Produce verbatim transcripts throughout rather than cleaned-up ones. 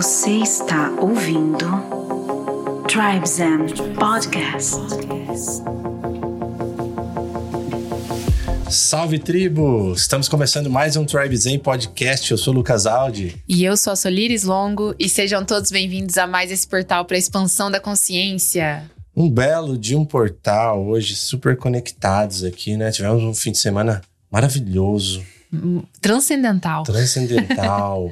Você está ouvindo Tribe Zen Podcast. Salve, tribo! Estamos começando mais um Tribe Zen Podcast. Eu sou o Lucas Aldi. E eu sou a Solires Longo. E sejam todos bem-vindos a mais esse portal para a expansão da consciência. Um belo de um portal, hoje super conectados aqui, né? Tivemos um fim de semana maravilhoso. Transcendental. Transcendental.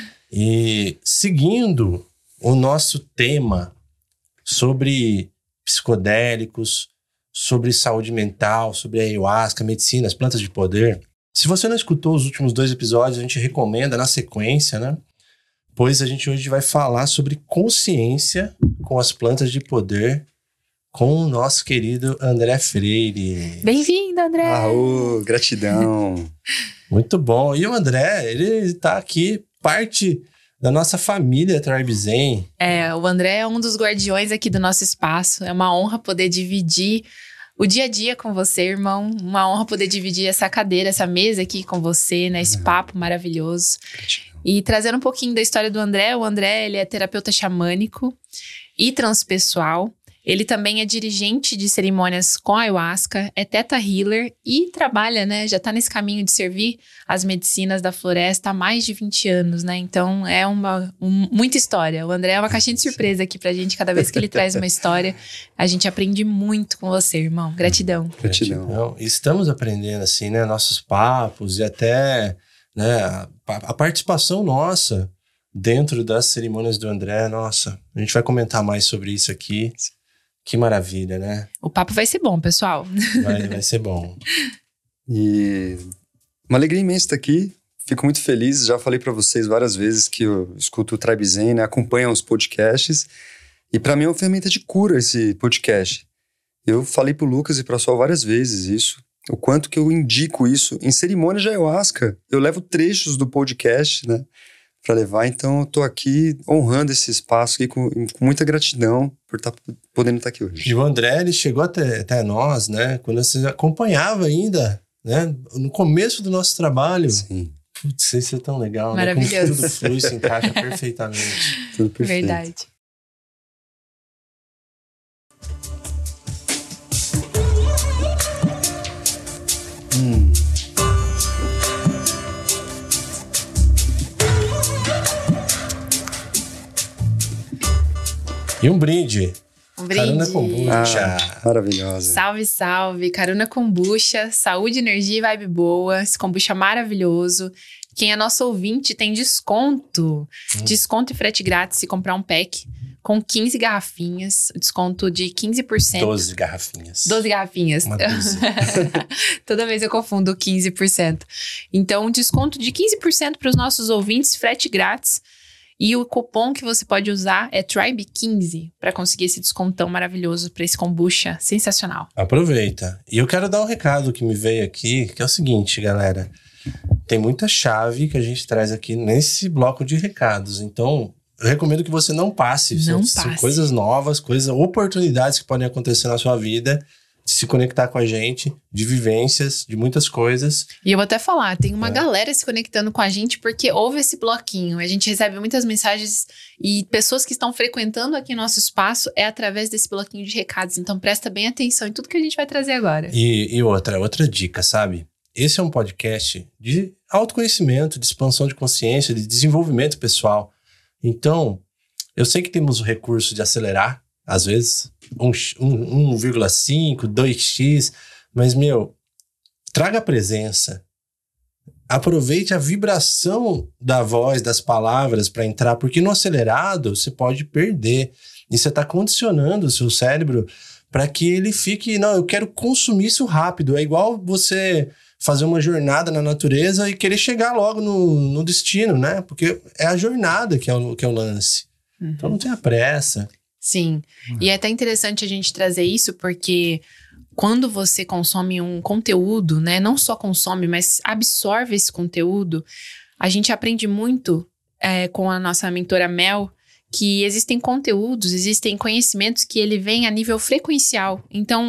E seguindo o nosso tema sobre psicodélicos, sobre saúde mental, sobre a ayahuasca, medicina, as plantas de poder. Se você não escutou os últimos dois episódios, a gente recomenda na sequência, né? Pois a gente hoje vai falar sobre consciência com as plantas de poder com o nosso querido André Freire. Bem-vindo, André! Aô, gratidão! Muito bom. E o André, ele tá aqui, parte da nossa família Tribe Zen. É, o André é um dos guardiões aqui do nosso espaço. É uma honra poder dividir o dia a dia com você, irmão. Uma honra poder dividir essa cadeira, essa mesa aqui com você, né? Esse uhum. papo maravilhoso. Gratidão. E trazendo um pouquinho da história do André. O André, ele é terapeuta xamânico e transpessoal. Ele também é dirigente de cerimônias com ayahuasca, é Theta Healer e trabalha, né? Já tá nesse caminho de servir as medicinas da floresta há mais de vinte anos, né? Então é uma um, muita história. O André é uma caixinha de surpresa aqui pra gente. Cada vez que ele traz uma história, a gente aprende muito com você, irmão. Gratidão. Gratidão. Estamos aprendendo, assim, né? Nossos papos e até né, a, a participação nossa dentro das cerimônias do André. Nossa, a gente vai comentar mais sobre isso aqui. Que maravilha, né? O papo vai ser bom, pessoal. Vai, vai ser bom. E uma alegria imensa estar aqui. Fico muito feliz. Já falei para vocês várias vezes que eu escuto o Tribe Zen, né? Acompanho os podcasts. E para mim é uma ferramenta de cura esse podcast. Eu falei pro Lucas e pra Sol várias vezes isso. O quanto que eu indico isso. Em cerimônia de ayahuasca, eu levo trechos do podcast, né? Para levar, então eu tô aqui honrando esse espaço aqui com, com muita gratidão por tá, podendo estar aqui hoje. E o André, ele chegou até, até nós, né, quando você acompanhava ainda, né, no começo do nosso trabalho. Sim. Putz, isso é tão legal, maravilhoso. Né, como tudo flui, se encaixa perfeitamente. Tudo perfeito. Verdade. Hum. E um brinde. Um brinde. Karuna Kombucha. Ah, maravilhosa. Salve, salve. Karuna Kombucha. Saúde, energia e vibe boa. Esse kombucha maravilhoso. Quem é nosso ouvinte tem desconto. Hum. Desconto e frete grátis se comprar um pack com quinze garrafinhas. Desconto de quinze por cento. doze garrafinhas. doze garrafinhas. Uma dúzia. Toda vez eu confundo quinze por cento. Então, desconto de quinze por cento para os nossos ouvintes, frete grátis. E o cupom que você pode usar é Tribe quinze para conseguir esse descontão maravilhoso para esse kombucha sensacional. Aproveita. E eu quero dar um recado que me veio aqui, que é o seguinte, galera. Tem muita chave que a gente traz aqui nesse bloco de recados. Então, eu recomendo que você não passe. Não são, passe. São coisas novas, coisas, oportunidades que podem acontecer na sua vida. De se conectar com a gente, de vivências, de muitas coisas. E eu vou até falar, tem uma é. galera se conectando com a gente porque houve esse bloquinho. A gente recebe muitas mensagens e pessoas que estão frequentando aqui nosso espaço é através desse bloquinho de recados. Então presta bem atenção em tudo que a gente vai trazer agora. E, e outra, outra dica, sabe? Esse é um podcast de autoconhecimento, de expansão de consciência, de desenvolvimento pessoal. Então, eu sei que temos o recurso de acelerar, às vezes, um vírgula cinco, dois x, mas, meu, traga a presença. Aproveite a vibração da voz, das palavras para entrar, porque no acelerado você pode perder. E você está condicionando o seu cérebro para que ele fique, não, eu quero consumir isso rápido. É igual você fazer uma jornada na natureza e querer chegar logo no, no destino, né? Porque é a jornada que é o, que é o lance. Uhum. Então não tenha pressa. Sim, uhum. E é até interessante a gente trazer isso porque quando você consome um conteúdo, né, não só consome, mas absorve esse conteúdo, a gente aprende muito é, com a nossa mentora Mel, que existem conteúdos, existem conhecimentos que ele vem a nível frequencial. Então,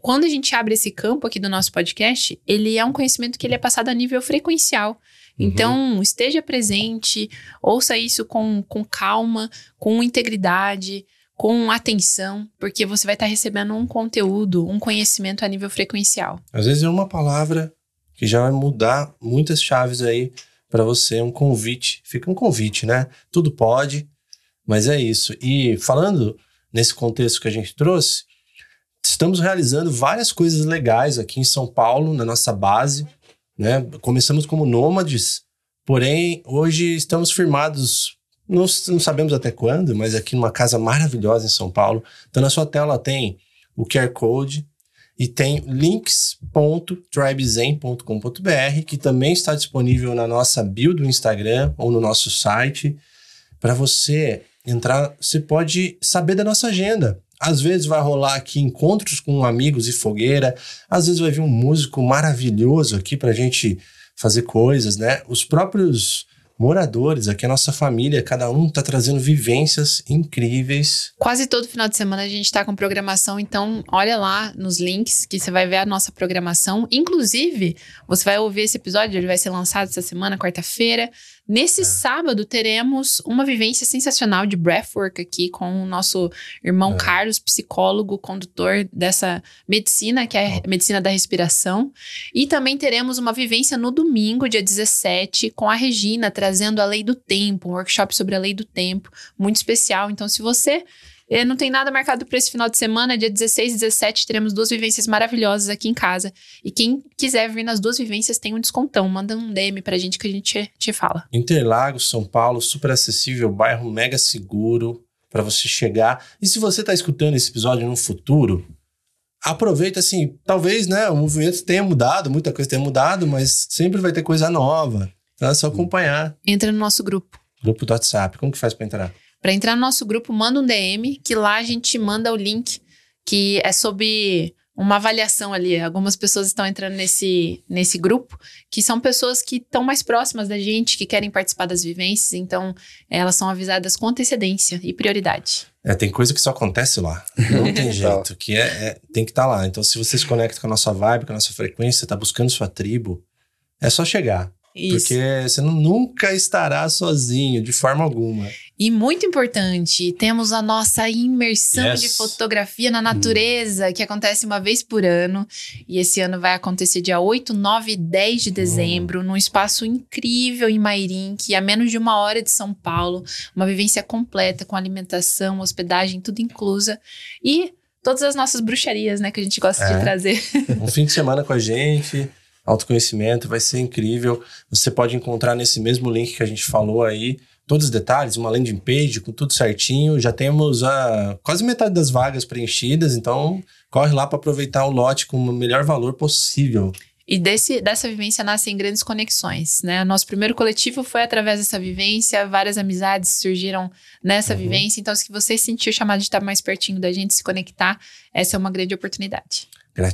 quando a gente abre esse campo aqui do nosso podcast, ele é um conhecimento que ele é passado a nível frequencial. Então, uhum. esteja presente, ouça isso com, com calma, com integridade, com atenção, porque você vai estar recebendo um conteúdo, um conhecimento a nível frequencial. Às vezes é uma palavra que já vai mudar muitas chaves aí para você, um convite. Fica um convite, né? Tudo pode, mas é isso. E falando nesse contexto que a gente trouxe, estamos realizando várias coisas legais aqui em São Paulo, na nossa base, né? Começamos como nômades, porém hoje estamos firmados, não, não sabemos até quando, mas aqui numa casa maravilhosa em São Paulo. Então na sua tela tem o Q R Code e tem links ponto tribezen ponto com ponto b r, que também está disponível na nossa bio do Instagram ou no nosso site. Para você entrar, você pode saber da nossa agenda. Às vezes vai rolar aqui encontros com amigos e fogueira, às vezes vai vir um músico maravilhoso aqui pra gente fazer coisas, né? Os próprios moradores, aqui a nossa família, cada um tá trazendo vivências incríveis. Quase todo final de semana a gente tá com programação, então olha lá nos links que você vai ver a nossa programação. Inclusive, você vai ouvir esse episódio, ele vai ser lançado essa semana, quarta-feira. Nesse é. sábado, teremos uma vivência sensacional de breathwork aqui com o nosso irmão é. Carlos, psicólogo, condutor dessa medicina, que é a medicina da respiração. E também teremos uma vivência no domingo, dia dezessete, com a Regina, trazendo a lei do tempo, um workshop sobre a lei do tempo, muito especial. Então, se você não tem nada marcado para esse final de semana, dia dezesseis e dezessete, teremos duas vivências maravilhosas aqui em casa. E quem quiser vir nas duas vivências tem um descontão. Manda um D M pra gente que a gente te fala. Interlagos, São Paulo, super acessível, bairro mega seguro para você chegar. E se você tá escutando esse episódio no futuro, aproveita assim, talvez, né, o movimento tenha mudado, muita coisa tenha mudado, mas sempre vai ter coisa nova. Então é só acompanhar. Entra no nosso grupo. Grupo do WhatsApp. Como que faz para entrar? Para entrar no nosso grupo, manda um D M, que lá a gente manda o link, que é sobre uma avaliação ali. Algumas pessoas estão entrando nesse, nesse grupo, que são pessoas que estão mais próximas da gente, que querem participar das vivências, então elas são avisadas com antecedência e prioridade. É, tem coisa que só acontece lá. Não tem jeito, que é, é, tem que estar tá lá. Então, se você se conecta com a nossa vibe, com a nossa frequência, tá buscando sua tribo, é só chegar. Isso. Porque você não, nunca estará sozinho, de forma alguma. E muito importante, temos a nossa imersão yes. de fotografia na natureza, hum. que acontece uma vez por ano. E esse ano vai acontecer dia oito, nove e dez de dezembro, hum. num espaço incrível em Mairim, que é a menos de uma hora de São Paulo. Uma vivência completa, com alimentação, hospedagem, tudo inclusa. E todas as nossas bruxarias, né, que a gente gosta é. de trazer. Um fim de semana com a gente... Autoconhecimento, vai ser incrível. Você pode encontrar nesse mesmo link que a gente falou aí, todos os detalhes, uma landing page com tudo certinho. Já temos a, quase metade das vagas preenchidas, então corre lá para aproveitar o lote com o melhor valor possível. E desse, dessa vivência nascem grandes conexões, né? Nosso primeiro coletivo foi através dessa vivência, várias amizades surgiram nessa uhum. vivência. Então, se você sentir o chamado de estar mais pertinho da gente, se conectar, essa é uma grande oportunidade.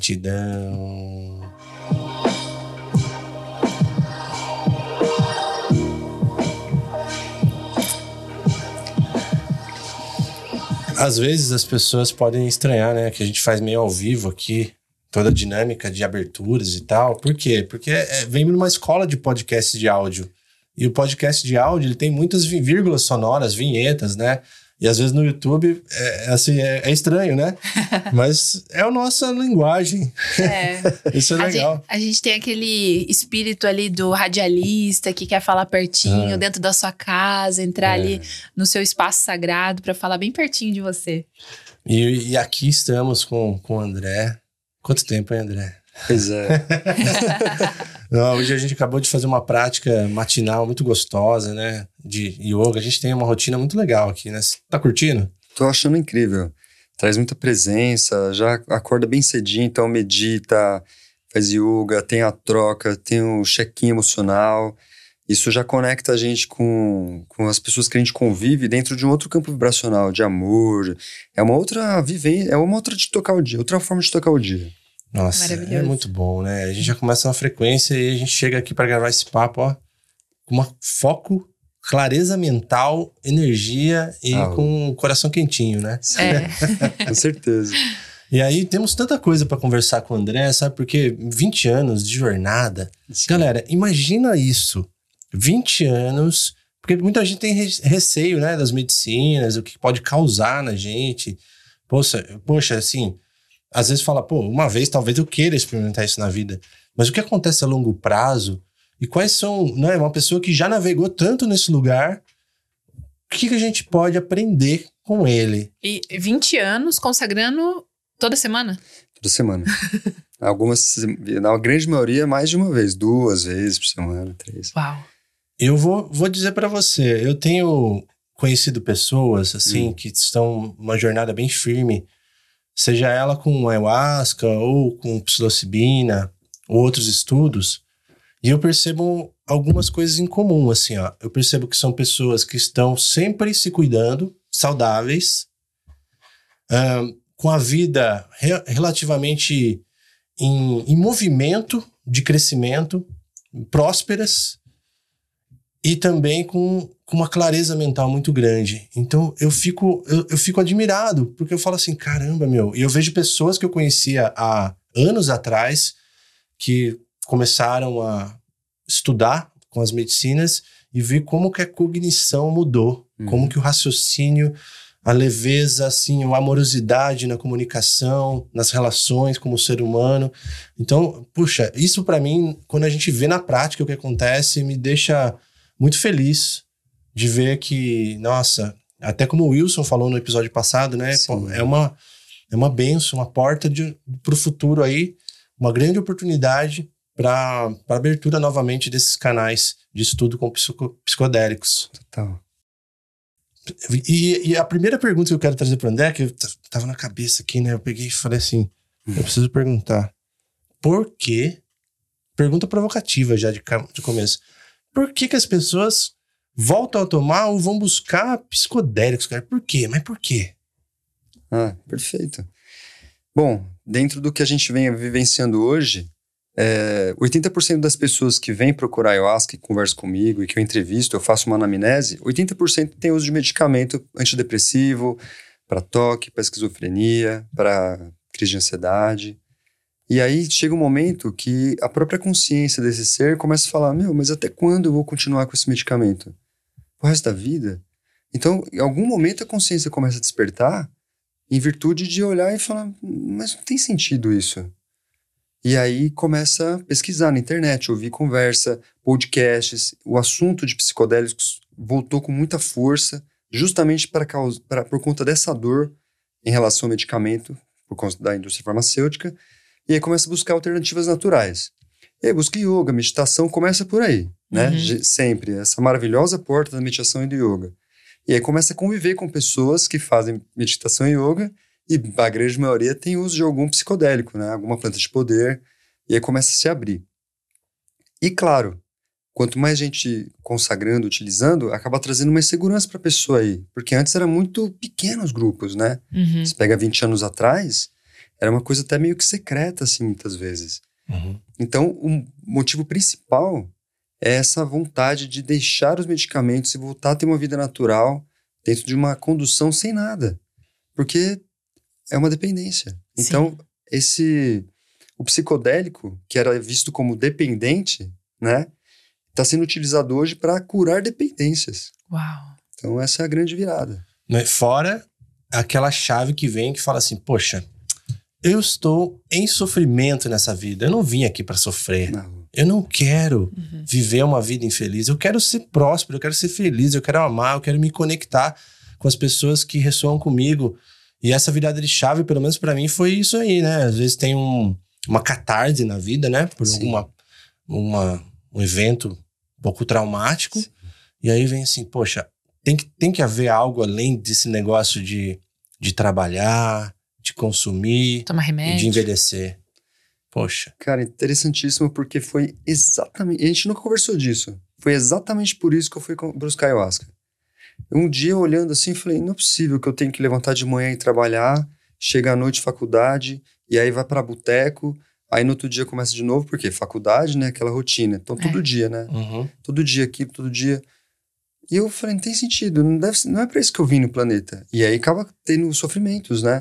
Gratidão. Às vezes as pessoas podem estranhar, né? Que a gente faz meio ao vivo aqui, toda a dinâmica de aberturas e tal. Por quê? Porque é, vem numa escola de podcast de áudio. E o podcast de áudio, ele tem muitas vírgulas sonoras, vinhetas, né? E às vezes no YouTube, é, assim, é, é estranho, né? Mas é a nossa linguagem. É. Isso é a legal. Gente, a gente tem aquele espírito ali do radialista que quer falar pertinho, ah. dentro da sua casa, entrar é. ali no seu espaço sagrado para falar bem pertinho de você. E, e aqui estamos com, com o André. Quanto tempo, hein, André? Pois é. Não, hoje a gente acabou de fazer uma prática matinal muito gostosa, né? De yoga. A gente tem uma rotina muito legal aqui, né? Você tá curtindo? Tô achando incrível. Traz muita presença, já acorda bem cedinho, então medita, faz yoga, tem a troca, tem o check-in emocional. Isso já conecta a gente com, com as pessoas que a gente convive dentro de um outro campo vibracional, de amor. É uma outra vivência, é uma outra de tocar o dia, outra forma de tocar o dia. Nossa, é muito bom, né? A gente já começa uma frequência e a gente chega aqui para gravar esse papo, ó, com um foco, clareza mental, energia e ah, com o coração quentinho, né? É. Com certeza. E aí temos tanta coisa para conversar com o André, sabe? Porque vinte anos de jornada. Sim. Galera, imagina isso. vinte anos, porque muita gente tem receio, né, das medicinas, o que pode causar na gente. Poxa, poxa, assim, às vezes fala, pô, uma vez talvez eu queira experimentar isso na vida. Mas o que acontece a longo prazo? E quais são, né, uma pessoa que já navegou tanto nesse lugar, o que, que a gente pode aprender com ele? E vinte anos consagrando toda semana? Toda semana. Algumas, na grande maioria, mais de uma vez. Duas vezes por semana, três. Uau. Eu vou, vou dizer pra você, eu tenho conhecido pessoas, assim, hum. que estão numa jornada bem firme, seja ela com ayahuasca ou com psilocibina ou outros estudos, e eu percebo algumas coisas em comum, assim, ó. Eu percebo que são pessoas que estão sempre se cuidando, saudáveis, um, com a vida re- relativamente em, em movimento de crescimento, prósperas, e também com, com uma clareza mental muito grande. Então eu fico, eu, eu fico admirado, porque eu falo assim, caramba, meu. E eu vejo pessoas que eu conhecia há anos atrás que começaram a estudar com as medicinas e ver como que a cognição mudou, uhum. como que o raciocínio, a leveza, assim, a amorosidade na comunicação, nas relações como ser humano. Então, puxa, isso pra mim, quando a gente vê na prática o que acontece, me deixa muito feliz de ver que, nossa, até como o Wilson falou no episódio passado, né? Pô, é uma, é uma benção, uma porta para o futuro aí, uma grande oportunidade para a abertura novamente desses canais de estudo com psico, psicodélicos. Total. E, e a primeira pergunta que eu quero trazer para o André, que eu t- tava na cabeça aqui, né? Eu peguei e falei assim, hum. eu preciso perguntar, por que, pergunta provocativa já de, de começo, por que que as pessoas voltam a tomar ou vão buscar psicodélicos, cara? Por quê? Mas por quê? Ah, perfeito. Bom, dentro do que a gente vem vivenciando hoje, é, oitenta por cento das pessoas que vêm procurar ayahuasca e conversam comigo e que eu entrevisto, eu faço uma anamnese, oitenta por cento tem uso de medicamento antidepressivo, para toque, para esquizofrenia, para crise de ansiedade. E aí chega um momento que a própria consciência desse ser começa a falar, meu, mas até quando eu vou continuar com esse medicamento? O resto da vida? Então, em algum momento a consciência começa a despertar em virtude de olhar e falar, mas não tem sentido isso. E aí começa a pesquisar na internet, ouvir conversa, podcasts, o assunto de psicodélicos voltou com muita força, justamente para causa, para, por conta dessa dor em relação ao medicamento, por conta da indústria farmacêutica, e aí começa a buscar alternativas naturais. E aí busca yoga, meditação, começa por aí, né? Uhum. Sempre, essa maravilhosa porta da meditação e do yoga. E aí começa a conviver com pessoas que fazem meditação e yoga, e a grande maioria tem uso de algum psicodélico, né? Alguma planta de poder, e aí começa a se abrir. E claro, quanto mais gente consagrando, utilizando, acaba trazendo uma segurança para a pessoa aí, porque antes era muito pequenos grupos, né? Uhum. Você pega vinte anos atrás, era uma coisa até meio que secreta, assim, muitas vezes. Uhum. Então, o motivo principal é essa vontade de deixar os medicamentos e voltar a ter uma vida natural dentro de uma condução sem nada. Porque é uma dependência. Sim. Então, esse, o psicodélico, que era visto como dependente, né, está sendo utilizado hoje para curar dependências. Uau! Então, essa é a grande virada. Fora aquela chave que vem que fala assim, poxa, eu estou em sofrimento nessa vida. Eu não vim aqui para sofrer. Não. Eu não quero uhum. viver uma vida infeliz. Eu quero ser próspero, eu quero ser feliz, eu quero amar, eu quero me conectar com as pessoas que ressoam comigo. E essa virada de chave, pelo menos pra mim, foi isso aí, né? Às vezes tem um, uma catarse na vida, né? Por alguma, uma, um evento um pouco traumático. Sim. E aí vem assim, poxa, tem que, tem que haver algo além desse negócio de, de trabalhar, de consumir, tomar remédio, de envelhecer. Poxa. Cara, interessantíssimo, porque foi exatamente... A gente nunca conversou disso. Foi exatamente por isso que eu fui buscar ayahuasca. Um dia, olhando assim, falei, não é possível que eu tenha que levantar de manhã e trabalhar, chega à noite faculdade, e aí vai para boteco, aí no outro dia começa de novo, porque faculdade, né, aquela rotina. Então, todo é. dia, né? Uhum. Todo dia aqui, todo dia. E eu falei, não tem sentido, não, deve, não é para isso que eu vim no planeta. E aí acaba tendo sofrimentos, né?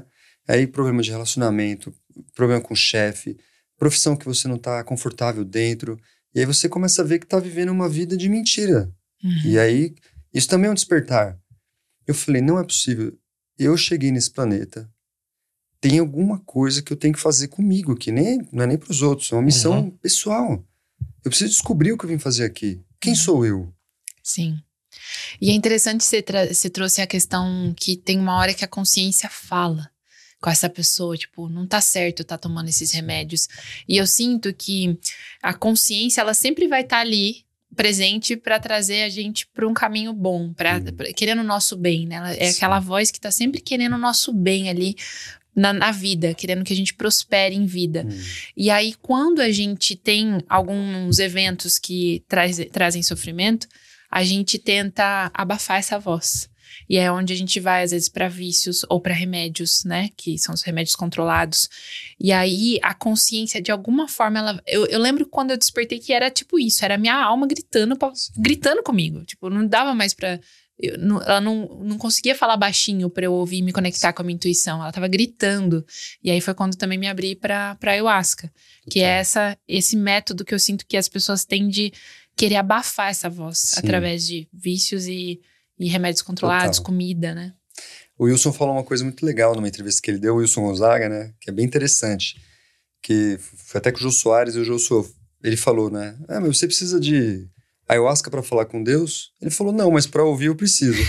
Aí problema de relacionamento, problema com o chefe, profissão que você não tá confortável dentro. E aí você começa a ver que tá vivendo uma vida de mentira. Uhum. E aí, isso também é um despertar. Eu falei, não é possível. Eu cheguei nesse planeta, tem alguma coisa que eu tenho que fazer comigo, que nem, não é nem pros outros, é uma missão Uhum. pessoal. Eu preciso descobrir o que eu vim fazer aqui. Quem Uhum. sou eu? Sim. E é interessante você, tra- você trouxe a questão que tem uma hora que a consciência fala com essa pessoa, tipo, não tá certo eu tá tomando esses remédios. E eu sinto que a consciência, ela sempre vai estar ali, presente, pra trazer a gente pra um caminho bom, pra, Hum. pra- querendo o nosso bem, né? Ela é Sim. aquela voz que tá sempre querendo o nosso bem ali na, na vida, querendo que a gente prospere em vida. Hum. E aí, quando a gente tem alguns eventos que traz, trazem sofrimento, a gente tenta abafar essa voz. E é onde a gente vai, às vezes, para vícios ou para remédios, né? Que são os remédios controlados. E aí, a consciência, de alguma forma, ela... Eu, eu lembro quando eu despertei que era tipo isso. Era a minha alma gritando, pra, gritando comigo. Tipo, não dava mais pra... Eu, não, ela não, não conseguia falar baixinho pra eu ouvir e me conectar com a minha intuição. Ela tava gritando. E aí foi quando também me abri pra, pra ayahuasca. Que é essa, esse método que eu sinto que as pessoas têm de querer abafar essa voz. Sim. Através de vícios e, e remédios controlados, Total. comida, né? O Wilson falou uma coisa muito legal numa entrevista que ele deu, o Wilson Gonzaga, né? Que é bem interessante. Que foi até com o Jô Soares, e o Jô Soares, ele falou, né? Ah, mas você precisa de ayahuasca pra falar com Deus? Ele falou, não, mas pra ouvir eu preciso.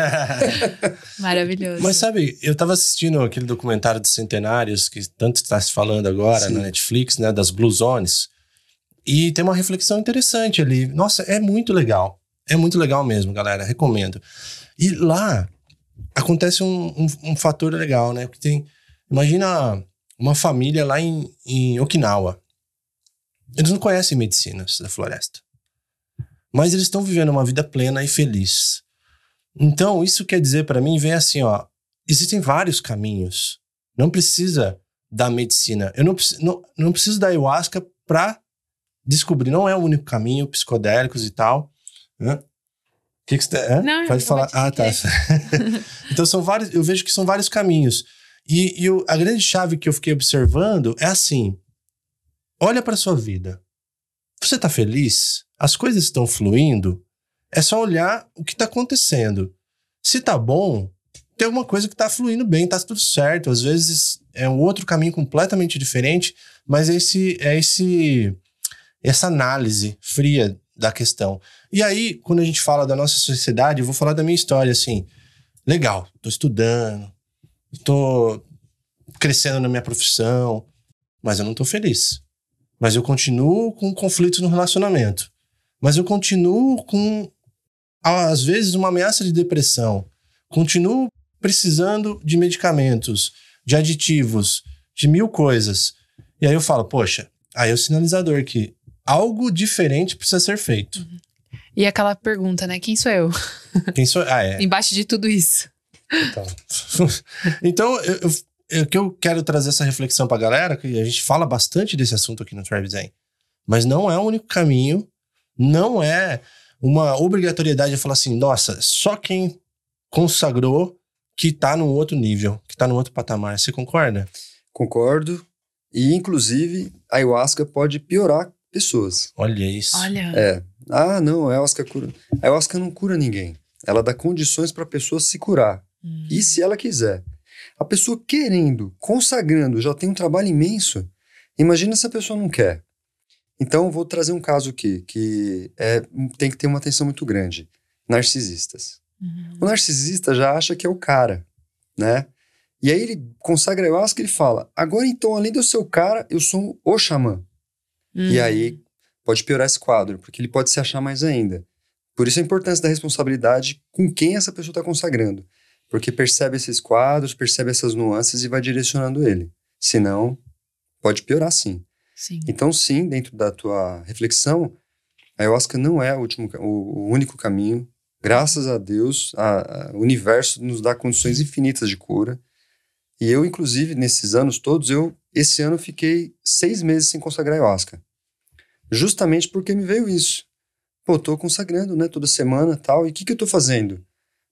Maravilhoso. Mas sabe, eu tava assistindo aquele documentário dos centenários, que tanto está se falando agora Sim. na Netflix, né? Das Blue Zones. E tem uma reflexão interessante ali. Nossa, é muito legal. É muito legal mesmo, galera. Recomendo. E lá acontece um, um, um fator legal, né? Porque tem... Imagina uma família lá em, em Okinawa. Eles não conhecem medicinas da floresta. Mas eles estão vivendo uma vida plena e feliz. Então, isso quer dizer pra mim, vem assim, ó. Existem vários caminhos. Não precisa da medicina. Eu não, não, não preciso da ayahuasca pra descobrir. Não é o único caminho, psicodélicos e tal. Hã? Que que você tá, hã? Não, Pode eu falar. vou te Ah, tá. Então, são vários, eu vejo que são vários caminhos. E, e o, a grande chave que eu fiquei observando é assim. Olha pra sua vida. Você tá feliz? As coisas estão fluindo? É só olhar o que tá acontecendo. Se tá bom, tem alguma coisa que tá fluindo bem, tá tudo certo. Às vezes é um outro caminho completamente diferente, mas é, esse, é esse, essa análise fria da questão. E aí, quando a gente fala da nossa sociedade, eu vou falar da minha história, assim. Legal, tô estudando, tô crescendo na minha profissão, mas eu não tô feliz. Mas eu continuo com conflitos no relacionamento. Mas eu continuo com, às vezes, uma ameaça de depressão. Continuo precisando de medicamentos, de aditivos, de mil coisas. E aí eu falo, poxa, aí é o sinalizador que algo diferente precisa ser feito. Uhum. E aquela pergunta, né? Quem sou eu? Quem sou... Ah, é. Embaixo de tudo isso. Então, então eu, eu, eu, que eu quero trazer essa reflexão pra galera, que a gente fala bastante desse assunto aqui no Tribe Zen, mas não é o único caminho, não é uma obrigatoriedade de falar assim, nossa, só quem consagrou que tá num outro nível, que tá num outro patamar. Você concorda? Concordo. E, inclusive, a ayahuasca pode piorar pessoas. Olha isso. Olha. É. Ah, não, a ayahuasca cura. A ayahuasca não cura ninguém. Ela dá condições para a pessoa se curar. Hum. E se ela quiser. A pessoa querendo, consagrando, já tem um trabalho imenso. Imagina se a pessoa não quer. Então, eu vou trazer um caso aqui, que é, tem que ter uma atenção muito grande. Narcisistas. Uhum. O narcisista já acha que é o cara, né? E aí ele consagra a ayahuasca e ele fala, agora então, além de eu ser o cara, eu sou o xamã. Uhum. E aí pode piorar esse quadro, porque ele pode se achar mais ainda. Por isso a importância da responsabilidade com quem essa pessoa está consagrando. Porque percebe esses quadros, percebe essas nuances e vai direcionando ele. Senão, pode piorar sim. Sim. Então sim, dentro da tua reflexão, a ayahuasca não é o, último, o, o único caminho. Graças a Deus, a, a, o universo nos dá condições infinitas de cura. E eu, inclusive, nesses anos todos, eu, esse ano, fiquei seis meses sem consagrar ayahuasca. Justamente porque me veio isso. Pô, tô consagrando, né, toda semana e tal. E o que que eu tô fazendo?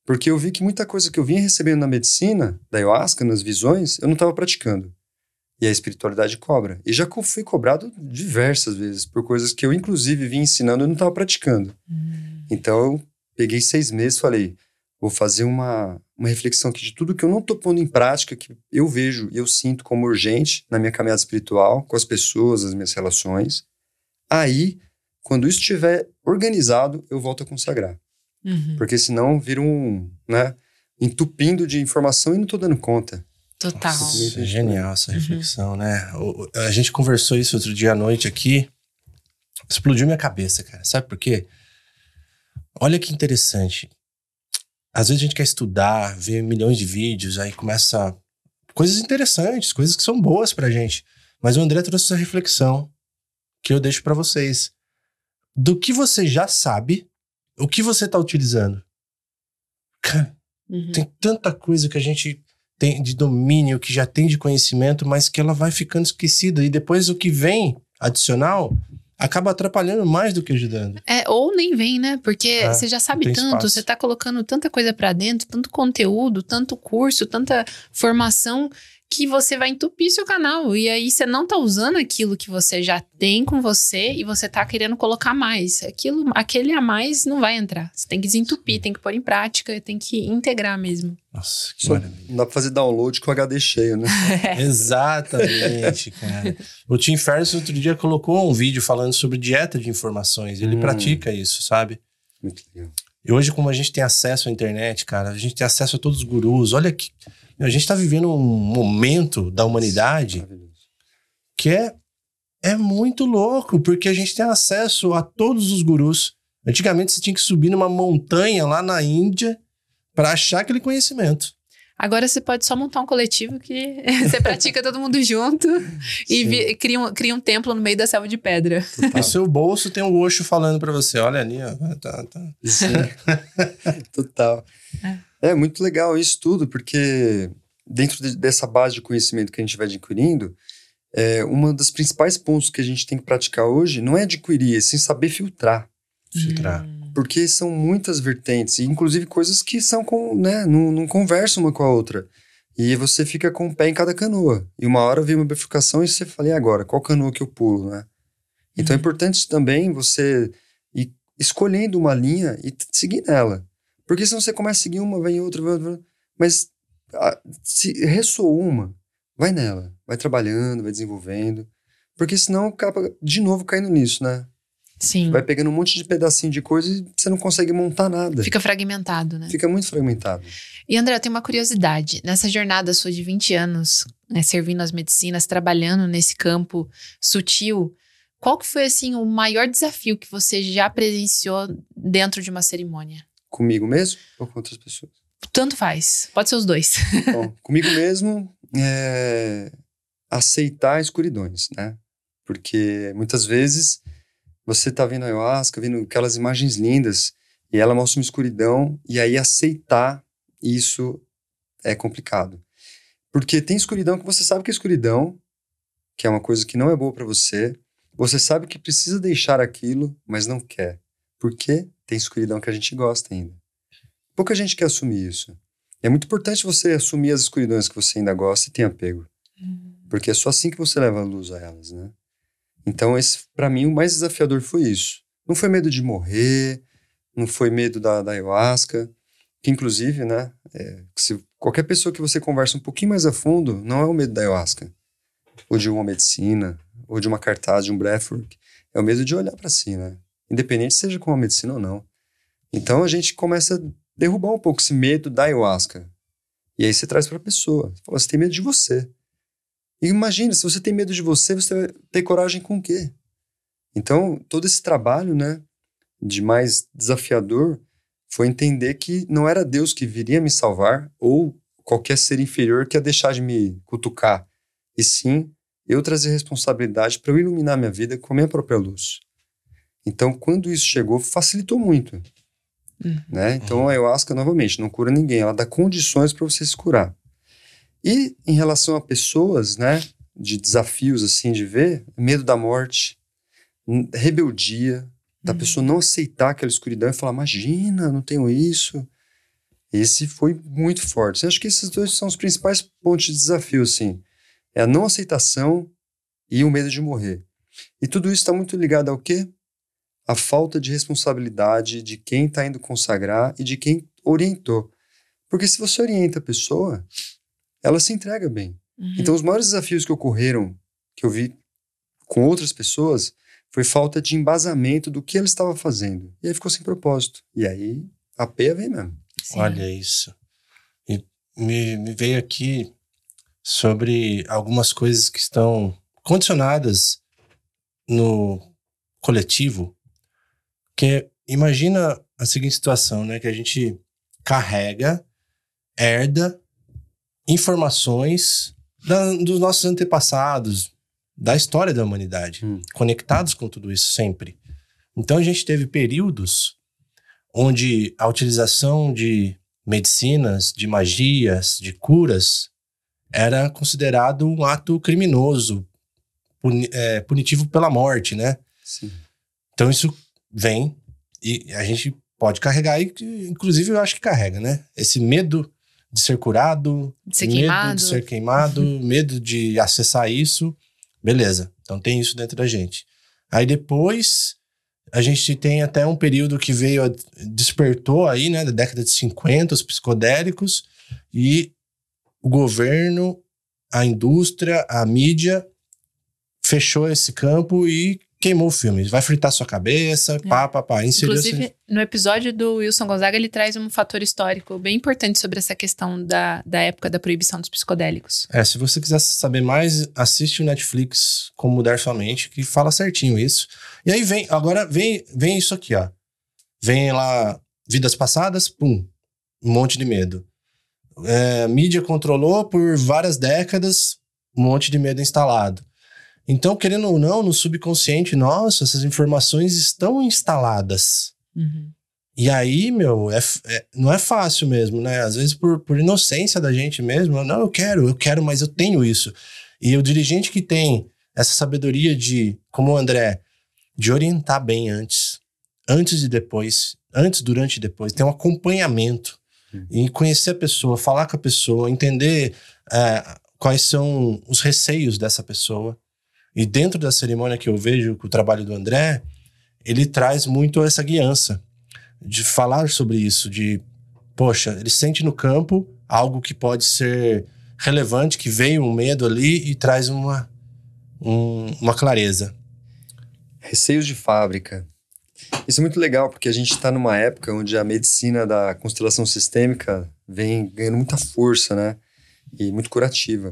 Porque eu vi que muita coisa que eu vinha recebendo na medicina, da ayahuasca, nas visões, eu não estava praticando. E a espiritualidade cobra. E já fui cobrado diversas vezes por coisas que eu, inclusive, vim ensinando e não estava praticando. Hum. Então, eu peguei seis meses e falei, vou fazer uma, uma reflexão aqui de tudo que eu não estou pondo em prática, que eu vejo e eu sinto como urgente na minha caminhada espiritual, com as pessoas, as minhas relações. Aí, quando isso estiver organizado, eu volto a consagrar. Uhum. Porque senão vira um, né, entupindo de informação e não tô dando conta. Total. Nossa, é genial essa reflexão, uhum. né? O, a gente conversou isso outro dia à noite aqui, explodiu minha cabeça, cara. Sabe por quê? Olha que interessante. Às vezes a gente quer estudar, ver milhões de vídeos, aí começa coisas interessantes, coisas que são boas pra gente. Mas o André trouxe essa reflexão que eu deixo pra vocês. Do que você já sabe, o que você tá utilizando? Cara, uhum. tem tanta coisa que a gente tem de domínio, que já tem de conhecimento, mas que ela vai ficando esquecida. E depois o que vem adicional acaba atrapalhando mais do que ajudando. É, ou nem vem, né? Porque é, você já sabe tanto, espaço. Você tá colocando tanta coisa pra dentro, tanto conteúdo, tanto curso, tanta formação, que você vai entupir seu canal. E aí você não tá usando aquilo que você já tem com você e você tá querendo colocar mais. Aquilo, aquele a mais não vai entrar. Você tem que desentupir, tem que pôr em prática, tem que integrar mesmo. Nossa, que Só maravilha. Não dá pra fazer download com o H D cheio, né? Exatamente, cara. O Tim Ferriss outro dia colocou um vídeo falando sobre dieta de informações. Ele hum. pratica isso, sabe? Muito legal. E hoje, como a gente tem acesso à internet, cara, a gente tem acesso a todos os gurus. Olha que... A gente tá vivendo um momento da humanidade que é, é muito louco, porque a gente tem acesso a todos os gurus. Antigamente você tinha que subir numa montanha lá na Índia para achar aquele conhecimento. Agora você pode só montar um coletivo que você pratica todo mundo junto e vi, cria, um, cria um templo no meio da selva de pedra. No seu bolso tem um Osho falando para você, olha ali, ó. Tá, tá. Sim. Total. É. É muito legal isso tudo, porque dentro de, dessa base de conhecimento que a gente vai adquirindo, é, uma das principais pontos que a gente tem que praticar hoje não é adquirir, é sim saber filtrar. Filtrar. Hum. Porque são muitas vertentes, inclusive coisas que são com, né, não, não conversam uma com a outra. E você fica com o pé em cada canoa. E uma hora vem uma bifurcação e você fala, e agora? Qual canoa que eu pulo, né? Então hum. é importante também você ir escolhendo uma linha e seguir nela. Porque senão você começa a seguir uma, vem outra, vem outra. Mas a, se ressoou uma, vai nela. Vai trabalhando, vai desenvolvendo. Porque senão acaba de novo caindo nisso, né? Sim. Vai pegando um monte de pedacinho de coisa e você não consegue montar nada. Fica fragmentado, né? Fica muito fragmentado. E André, eu tenho uma curiosidade. Nessa jornada sua de vinte anos, né, servindo as medicinas, trabalhando nesse campo sutil, qual que foi, assim, o maior desafio que você já presenciou dentro de uma cerimônia? Comigo mesmo ou com outras pessoas? Tanto faz. Pode ser os dois. Bom, comigo mesmo é aceitar escuridões, né? Porque muitas vezes você tá vendo a ayahuasca, vendo aquelas imagens lindas e ela mostra uma escuridão e aí aceitar isso é complicado. Porque tem escuridão que você sabe que é escuridão, que é uma coisa que não é boa para você. Você sabe que precisa deixar aquilo, mas não quer. Por quê? Tem escuridão que a gente gosta ainda. Pouca gente quer assumir isso. É muito importante você assumir as escuridões que você ainda gosta e tem apego. Uhum. Porque é só assim que você leva a luz a elas, né? Então, esse, pra mim, o mais desafiador foi isso. Não foi medo de morrer, não foi medo da, da ayahuasca, que inclusive, né, é, se qualquer pessoa que você conversa um pouquinho mais a fundo, não é o medo da ayahuasca, ou de uma medicina, ou de uma cartaz, de um breathwork, é o medo de olhar pra si, né? Independente seja com a medicina ou não. Então a gente começa a derrubar um pouco esse medo da ayahuasca. E aí você traz pra pessoa. Você fala, você tem medo de você. E imagina, se você tem medo de você, você vai ter coragem com o quê? Então, todo esse trabalho, né, de mais desafiador, foi entender que não era Deus que viria me salvar, ou qualquer ser inferior que ia deixar de me cutucar. E sim, eu trazer responsabilidade para eu iluminar minha vida com a minha própria luz. Então, quando isso chegou, facilitou muito. Uhum. Né? Então, a ayahuasca, novamente, não cura ninguém. Ela dá condições para você se curar. E, em relação a pessoas, né, de desafios, assim, de ver, medo da morte, rebeldia, da uhum. pessoa não aceitar aquela escuridão e falar, imagina, não tenho isso. Esse foi muito forte. Eu acho que esses dois são os principais pontos de desafio, assim. É a não aceitação e o medo de morrer. E tudo isso está muito ligado ao quê? A falta de responsabilidade de quem está indo consagrar e de quem orientou. Porque se você orienta a pessoa, ela se entrega bem. Uhum. Então, os maiores desafios que ocorreram, que eu vi com outras pessoas, foi falta de embasamento do que ela estava fazendo. E aí ficou sem propósito. E aí, a peia vem mesmo. Sim. Olha isso. E me, me veio aqui sobre algumas coisas que estão condicionadas no coletivo, que imagina a seguinte situação, né? Que a gente carrega, herda informações da, dos nossos antepassados, da história da humanidade, hum. conectados com tudo isso sempre. Então a gente teve períodos onde a utilização de medicinas, de magias, de curas, era considerado um ato criminoso, puni- é, punitivo pela morte, né? Sim. Então isso vem e a gente pode carregar, e inclusive eu acho que carrega, né? Esse medo de ser curado, de ser medo queimado. de ser queimado, medo de acessar isso. Beleza, então tem isso dentro da gente. Aí depois a gente tem até um período que veio, despertou aí, né, da década de cinquenta, os psicodélicos, e o governo, a indústria, a mídia fechou esse campo e queimou o filme. Vai fritar sua cabeça, é. pá, pá, pá. Inclusive, assim. No episódio do Wilson Gonzaga, ele traz um fator histórico bem importante sobre essa questão da, da época da proibição dos psicodélicos. É, se você quiser saber mais, assiste o Netflix Como Mudar Sua Mente, que fala certinho isso. E aí vem, agora vem, vem isso aqui, ó. Vem lá, vidas passadas, pum, um monte de medo. É, mídia controlou por várias décadas, um monte de medo instalado. Então, querendo ou não, no subconsciente nosso, essas informações estão instaladas. Uhum. E aí, meu, é, é, não é fácil mesmo, né? Às vezes por, por inocência da gente mesmo. Não, eu quero, eu quero, mas eu tenho isso. E o dirigente que tem essa sabedoria de, como o André, de orientar bem antes, antes e depois, antes, durante e depois, ter um acompanhamento. Uhum. E conhecer a pessoa, falar com a pessoa, entender é, quais são os receios dessa pessoa. E dentro da cerimônia que eu vejo com o trabalho do André, ele traz muito essa guiança de falar sobre isso, de, poxa, ele sente no campo algo que pode ser relevante, que veio um medo ali e traz uma, um, uma clareza. Receios de fábrica. Isso é muito legal, porque a gente está numa época onde a medicina da constelação sistêmica vem ganhando muita força, né? E muito curativa.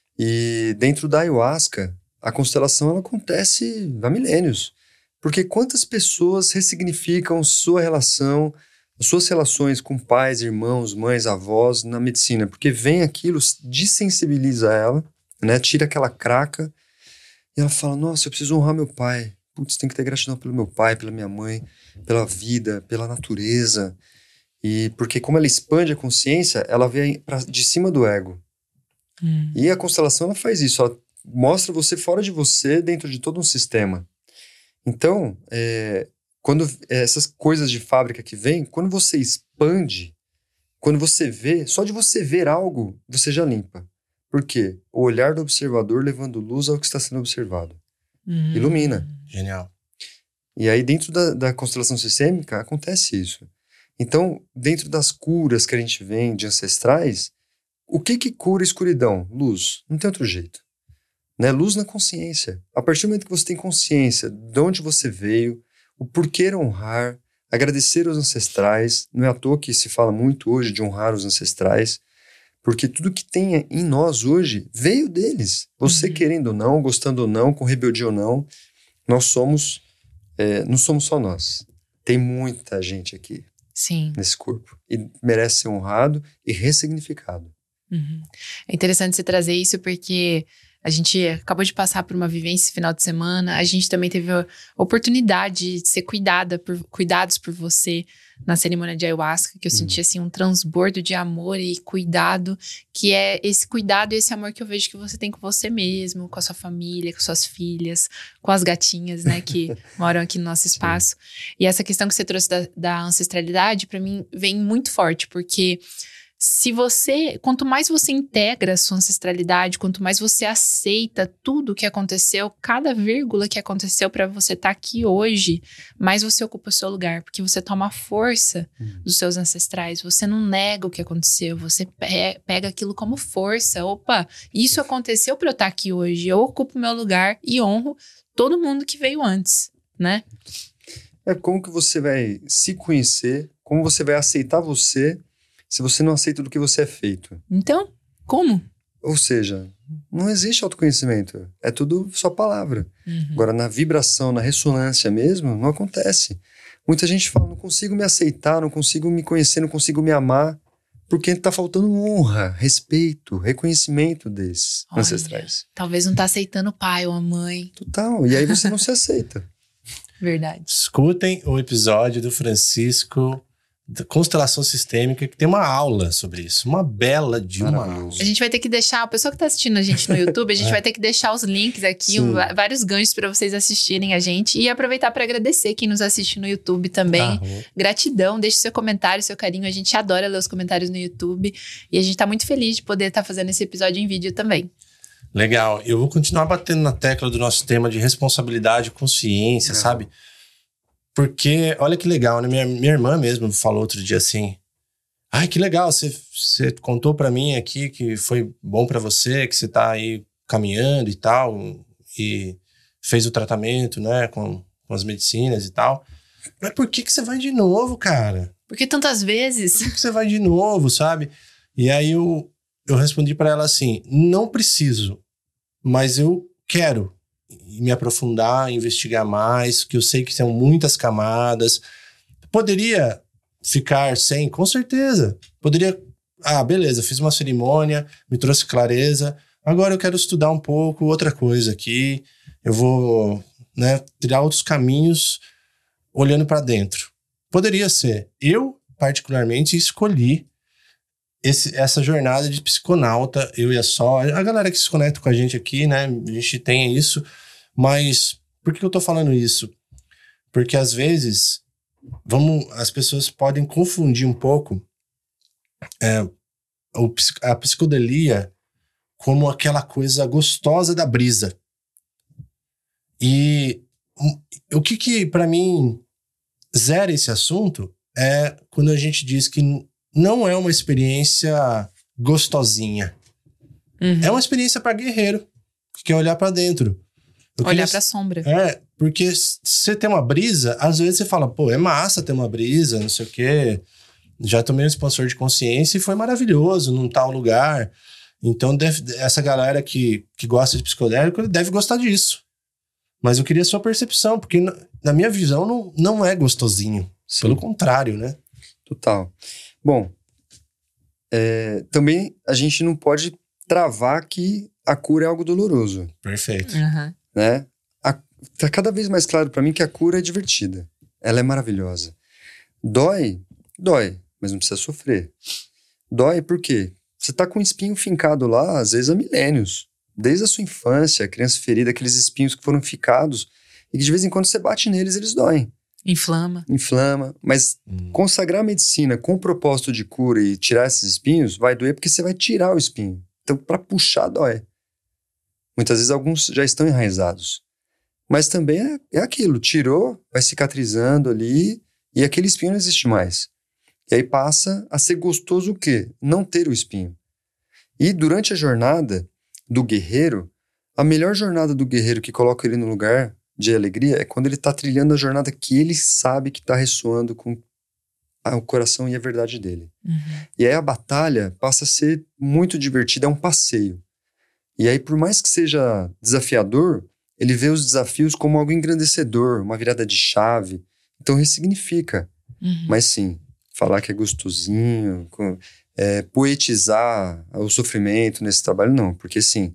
E dentro da ayahuasca, a constelação ela acontece há milênios. Porque quantas pessoas ressignificam sua relação, suas relações com pais, irmãos, mães, avós na medicina? Porque vem aquilo, desensibiliza ela, né? Tira aquela craca e ela fala, nossa, eu preciso honrar meu pai. Putz, tem que ter gratidão pelo meu pai, pela minha mãe, pela vida, pela natureza. E porque como ela expande a consciência, ela vem pra, de cima do ego. Hum. E a constelação ela faz isso, ela mostra você fora de você, dentro de todo um sistema. Então, é, quando essas coisas de fábrica que vêm, quando você expande, quando você vê, só de você ver algo, você já limpa. Por quê? O olhar do observador levando luz ao que está sendo observado. Hum. Ilumina. Genial. E aí, dentro da, da constelação sistêmica, acontece isso. Então, dentro das curas que a gente vem de ancestrais, o que que cura a escuridão? Luz. Não tem outro jeito. Né? Luz na consciência. A partir do momento que você tem consciência de onde você veio, o porquê honrar, agradecer aos ancestrais, não é à toa que se fala muito hoje de honrar os ancestrais, porque tudo que tem em nós hoje veio deles. Você uhum. querendo ou não, gostando ou não, com rebeldia ou não, nós somos, é, não somos só nós. Tem muita gente aqui. Sim. Nesse corpo. E merece ser honrado e ressignificado. Uhum. É interessante você trazer isso porque A gente acabou de passar por uma vivência esse final de semana. A gente também teve a oportunidade de ser cuidada por, cuidados por você na cerimônia de ayahuasca, que eu hum. senti assim um transbordo de amor e cuidado, que é esse cuidado e esse amor que eu vejo que você tem com você mesmo, com a sua família, com suas filhas, com as gatinhas, né, que moram aqui no nosso espaço. Sim. E essa questão que você trouxe da, da ancestralidade, pra mim, vem muito forte, porque se você, quanto mais você integra a sua ancestralidade, quanto mais você aceita tudo o que aconteceu, cada vírgula que aconteceu para você estar tá aqui hoje, mais você ocupa o seu lugar, porque você toma força uhum. dos seus ancestrais, você não nega o que aconteceu, você pe- pega aquilo como força. Opa, isso aconteceu para eu estar tá aqui hoje, eu ocupo o meu lugar e honro todo mundo que veio antes, né? É como que você vai se conhecer, como você vai aceitar você, se você não aceita do que você é feito. Então, como? Ou seja, não existe autoconhecimento. É tudo só palavra. Uhum. Agora, na vibração, na ressonância mesmo, não acontece. Muita gente fala, não consigo me aceitar, não consigo me conhecer, não consigo me amar, porque está faltando honra, respeito, reconhecimento desses Olha, ancestrais. Talvez não está aceitando o pai ou a mãe. Total. E aí você não se aceita. Verdade. Escutem o episódio do Francisco da Constelação Sistêmica, que tem uma aula sobre isso. Uma bela de uma aula. A gente vai ter que deixar, o pessoal que tá assistindo a gente no YouTube, a gente é. vai ter que deixar os links aqui, um, vários ganchos para vocês assistirem a gente e aproveitar para agradecer quem nos assiste no YouTube também. Ah, Gratidão, deixe seu comentário, seu carinho. A gente adora ler os comentários no YouTube e a gente tá muito feliz de poder estar tá fazendo esse episódio em vídeo também. Legal. Eu vou continuar batendo na tecla do nosso tema de responsabilidade e consciência, é. sabe? Porque, olha que legal, né? Minha, minha irmã mesmo falou outro dia assim, ai, que legal, você, você contou pra mim aqui que foi bom pra você, que você tá aí caminhando e tal, e fez o tratamento, né, com, com as medicinas e tal. Mas por que que você vai de novo, cara? Por que tantas vezes? Por que que você vai de novo, sabe? E aí eu, eu respondi pra ela assim, não preciso, mas eu quero me aprofundar, investigar mais, que eu sei que são muitas camadas. Poderia ficar sem? Com certeza. Poderia, ah, beleza, fiz uma cerimônia, me trouxe clareza, agora eu quero estudar um pouco outra coisa aqui, eu vou, né, tirar outros caminhos olhando para dentro. Poderia ser. Eu, particularmente, escolhi Esse, essa jornada de psiconauta, eu e a Sol, a galera que se conecta com a gente aqui, né, a gente tem isso, mas por que eu tô falando isso? Porque às vezes, vamos, as pessoas podem confundir um pouco é, o, a psicodelia como aquela coisa gostosa da brisa. E o que que, pra mim, zera esse assunto é quando a gente diz que não é uma experiência gostosinha. Uhum. É uma experiência para guerreiro, que quer olhar para dentro. Eu olhar queria... pra sombra. É, porque se você tem uma brisa, às vezes você fala, pô, é massa ter uma brisa, não sei o quê. Já tomei um expansor de consciência e foi maravilhoso num tal lugar. Então, deve, essa galera que, que gosta de psicodélico deve gostar disso. Mas eu queria a sua percepção, porque na, na minha visão não, não é gostosinho. Sim. Pelo contrário, né? Total. Bom, é, também a gente não pode travar que a cura é algo doloroso. Perfeito. Uhum. Né? A, tá cada vez mais claro para mim que a cura é divertida. Ela é maravilhosa. Dói? Dói, mas não precisa sofrer. Dói por quê? Você tá com um espinho fincado lá, às vezes há milênios. Desde a sua infância, a criança ferida, aqueles espinhos que foram ficados e que de vez em quando você bate neles, eles doem. Inflama. Inflama. Mas hum. consagrar a medicina com o propósito de cura e tirar esses espinhos vai doer porque você vai tirar o espinho. Então, para puxar, dói. Muitas vezes alguns já estão enraizados. Mas também é, é aquilo. Tirou, vai cicatrizando ali e aquele espinho não existe mais. E aí passa a ser gostoso o quê? Não ter o espinho. E durante a jornada do guerreiro, a melhor jornada do guerreiro que coloca ele no lugar de alegria é quando ele está trilhando a jornada que ele sabe que está ressoando com a, o coração e a verdade dele. Uhum. E aí a batalha passa a ser muito divertida, é um passeio. E aí, por mais que seja desafiador, ele vê os desafios como algo engrandecedor, uma virada de chave. Então ressignifica. Uhum. Mas sim, falar que é gostosinho, com, é, poetizar o sofrimento nesse trabalho, não. Porque sim,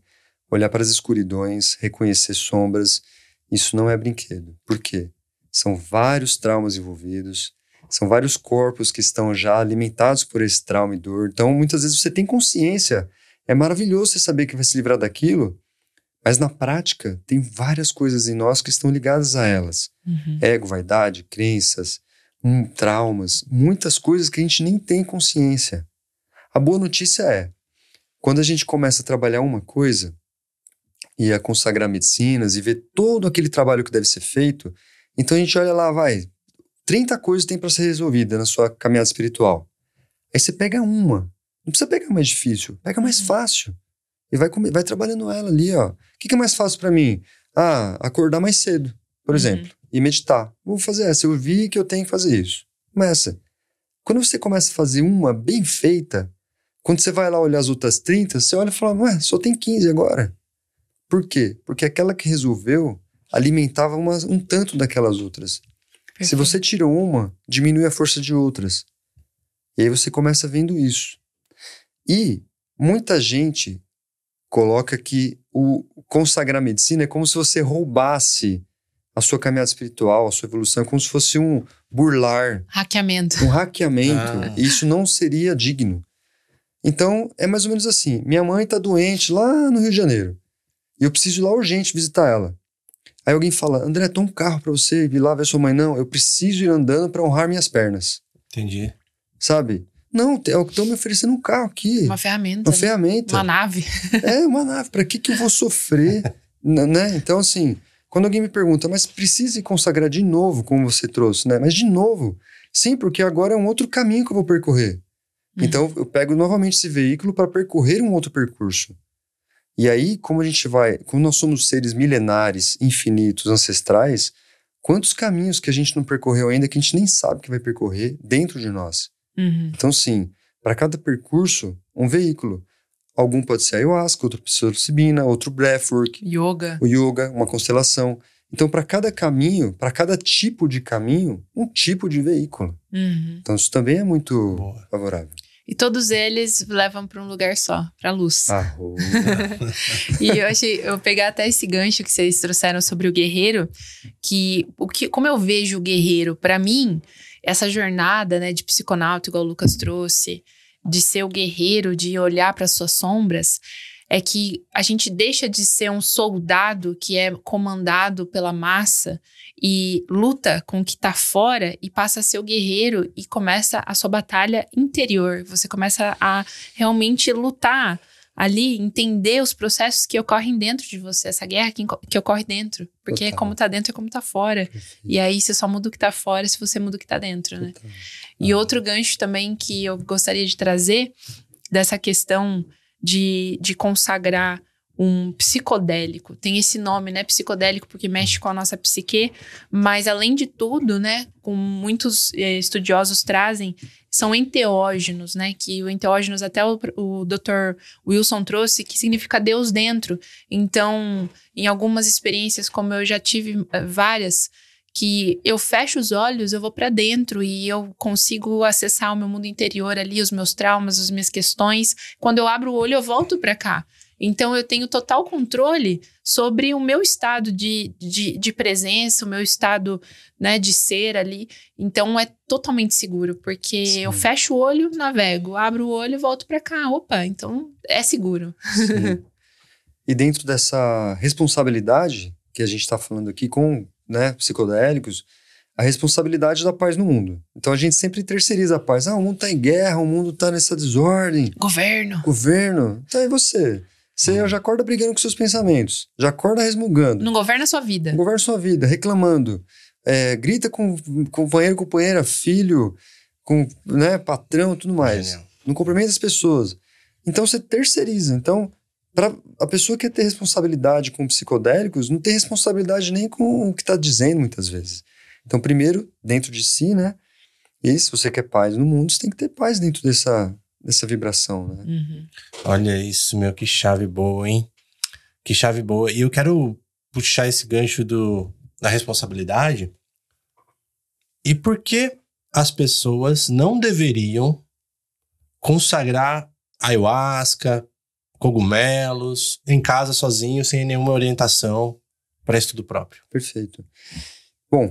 olhar para as escuridões, reconhecer sombras, isso não é brinquedo. Por quê? São vários traumas envolvidos, são vários corpos que estão já alimentados por esse trauma e dor. Então, muitas vezes você tem consciência. É maravilhoso você saber que vai se livrar daquilo, mas na prática tem várias coisas em nós que estão ligadas a elas. Uhum. Ego, vaidade, crenças, hum, traumas, muitas coisas que a gente nem tem consciência. A boa notícia é, quando a gente começa a trabalhar uma coisa e a consagrar medicinas e ver todo aquele trabalho que deve ser feito, então a gente olha lá, vai, trinta coisas tem para ser resolvida na sua caminhada espiritual. Aí você pega uma, não precisa pegar mais difícil, pega mais fácil. E vai, come, vai trabalhando ela ali, ó. O que, que é mais fácil para mim? Ah, acordar mais cedo, por Uhum. exemplo, e meditar. Vou fazer essa, eu vi que eu tenho que fazer isso. Começa. Quando você começa a fazer uma bem feita, quando você vai lá olhar as outras trinta, você olha e fala, ué, só tem quinze agora. Por quê? Porque aquela que resolveu alimentava uma, um tanto daquelas outras. Perfeito. Se você tirou uma, diminui a força de outras. E aí você começa vendo isso. E muita gente coloca que o consagrar medicina é como se você roubasse a sua caminhada espiritual, a sua evolução, é como se fosse um burlar, Hackeamento. um hackeamento. Ah. E isso não seria digno. Então, é mais ou menos assim. Minha mãe tá doente lá no Rio de Janeiro. E eu preciso ir lá urgente visitar ela. Aí alguém fala, André, toma um carro pra você ir lá ver sua mãe. Não, eu preciso ir andando pra honrar minhas pernas. Entendi. Sabe? Não, estão me oferecendo um carro aqui. Uma ferramenta. Uma né? ferramenta. Uma nave. É, uma nave. Pra que que eu vou sofrer? N- né? Então, assim, quando alguém me pergunta, mas precisa consagrar de novo, como você trouxe, né? Mas de novo. Sim, porque agora é um outro caminho que eu vou percorrer. Uhum. Então, eu pego novamente esse veículo para percorrer um outro percurso. E aí, como a gente vai... Como nós somos seres milenares, infinitos, ancestrais, quantos caminhos que a gente não percorreu ainda que a gente nem sabe que vai percorrer dentro de nós. Uhum. Então, sim, para cada percurso, um veículo. Algum pode ser ayahuasca, outro psilocibina, outro breathwork, Yoga. o yoga, uma constelação. Então, para cada caminho, para cada tipo de caminho, um tipo de veículo. Uhum. Então, isso também é muito Boa. favorável. E todos eles levam para um lugar só, para a luz. Arroz. E eu achei, eu pegar até esse gancho que vocês trouxeram sobre o guerreiro, que, o que como eu vejo o guerreiro, para mim, essa jornada, né, de psiconauta, igual o Lucas trouxe, de ser o guerreiro, de olhar para suas sombras, é que a gente deixa de ser um soldado que é comandado pela massa e luta com o que tá fora e passa a ser o guerreiro e começa a sua batalha interior. Você começa a realmente lutar ali, entender os processos que ocorrem dentro de você, essa guerra que, que ocorre dentro. Porque Total. como tá dentro é como tá fora. E aí você só muda o que tá fora se você muda o que tá dentro, né? Total. E outro gancho também que eu gostaria de trazer dessa questão de, de consagrar um psicodélico. Tem esse nome, né? Psicodélico, porque mexe com a nossa psique. Mas, além de tudo, né? Como muitos eh, estudiosos trazem, são enteógenos, né? Que o enteógenos, até o, o doutor Wilson trouxe, que significa Deus dentro. Então, em algumas experiências, como eu já tive eh, várias, que eu fecho os olhos, eu vou pra dentro e eu consigo acessar o meu mundo interior ali, os meus traumas, as minhas questões. Quando eu abro o olho, eu volto pra cá. Então, eu tenho total controle sobre o meu estado de, de, de presença, o meu estado, né, de ser ali. Então, é totalmente seguro, porque Sim. eu fecho o olho, navego, abro o olho e volto pra cá. Opa, então é seguro. Sim. E dentro dessa responsabilidade que a gente está falando aqui com, né, psicodélicos, a responsabilidade da paz no mundo. Então a gente sempre terceiriza a paz. Ah, o mundo está em guerra, o mundo está nessa desordem. Governo. Governo. Então e você? Você Hum. já acorda brigando com seus pensamentos. Já acorda resmungando. Não governa a sua vida. Governa sua vida, reclamando. É, grita com companheiro, companheira, filho, com, né, patrão, tudo mais. Genial. Não cumprimenta as pessoas. Então você terceiriza. Então, para a pessoa que quer ter responsabilidade com psicodélicos, não tem responsabilidade nem com o que está dizendo muitas vezes. Então, primeiro, dentro de si, né? E se você quer paz no mundo, você tem que ter paz dentro dessa, dessa vibração, né? Uhum. Olha isso, meu, que chave boa, hein? Que chave boa. E eu quero puxar esse gancho do, da responsabilidade. E por que as pessoas não deveriam consagrar ayahuasca, cogumelos, em casa sozinho, sem nenhuma orientação para estudo próprio. Perfeito. Bom,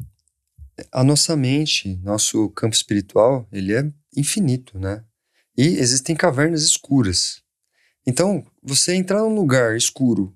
a nossa mente, nosso campo espiritual, ele é infinito, né? E existem cavernas escuras. Então, você entrar num lugar escuro,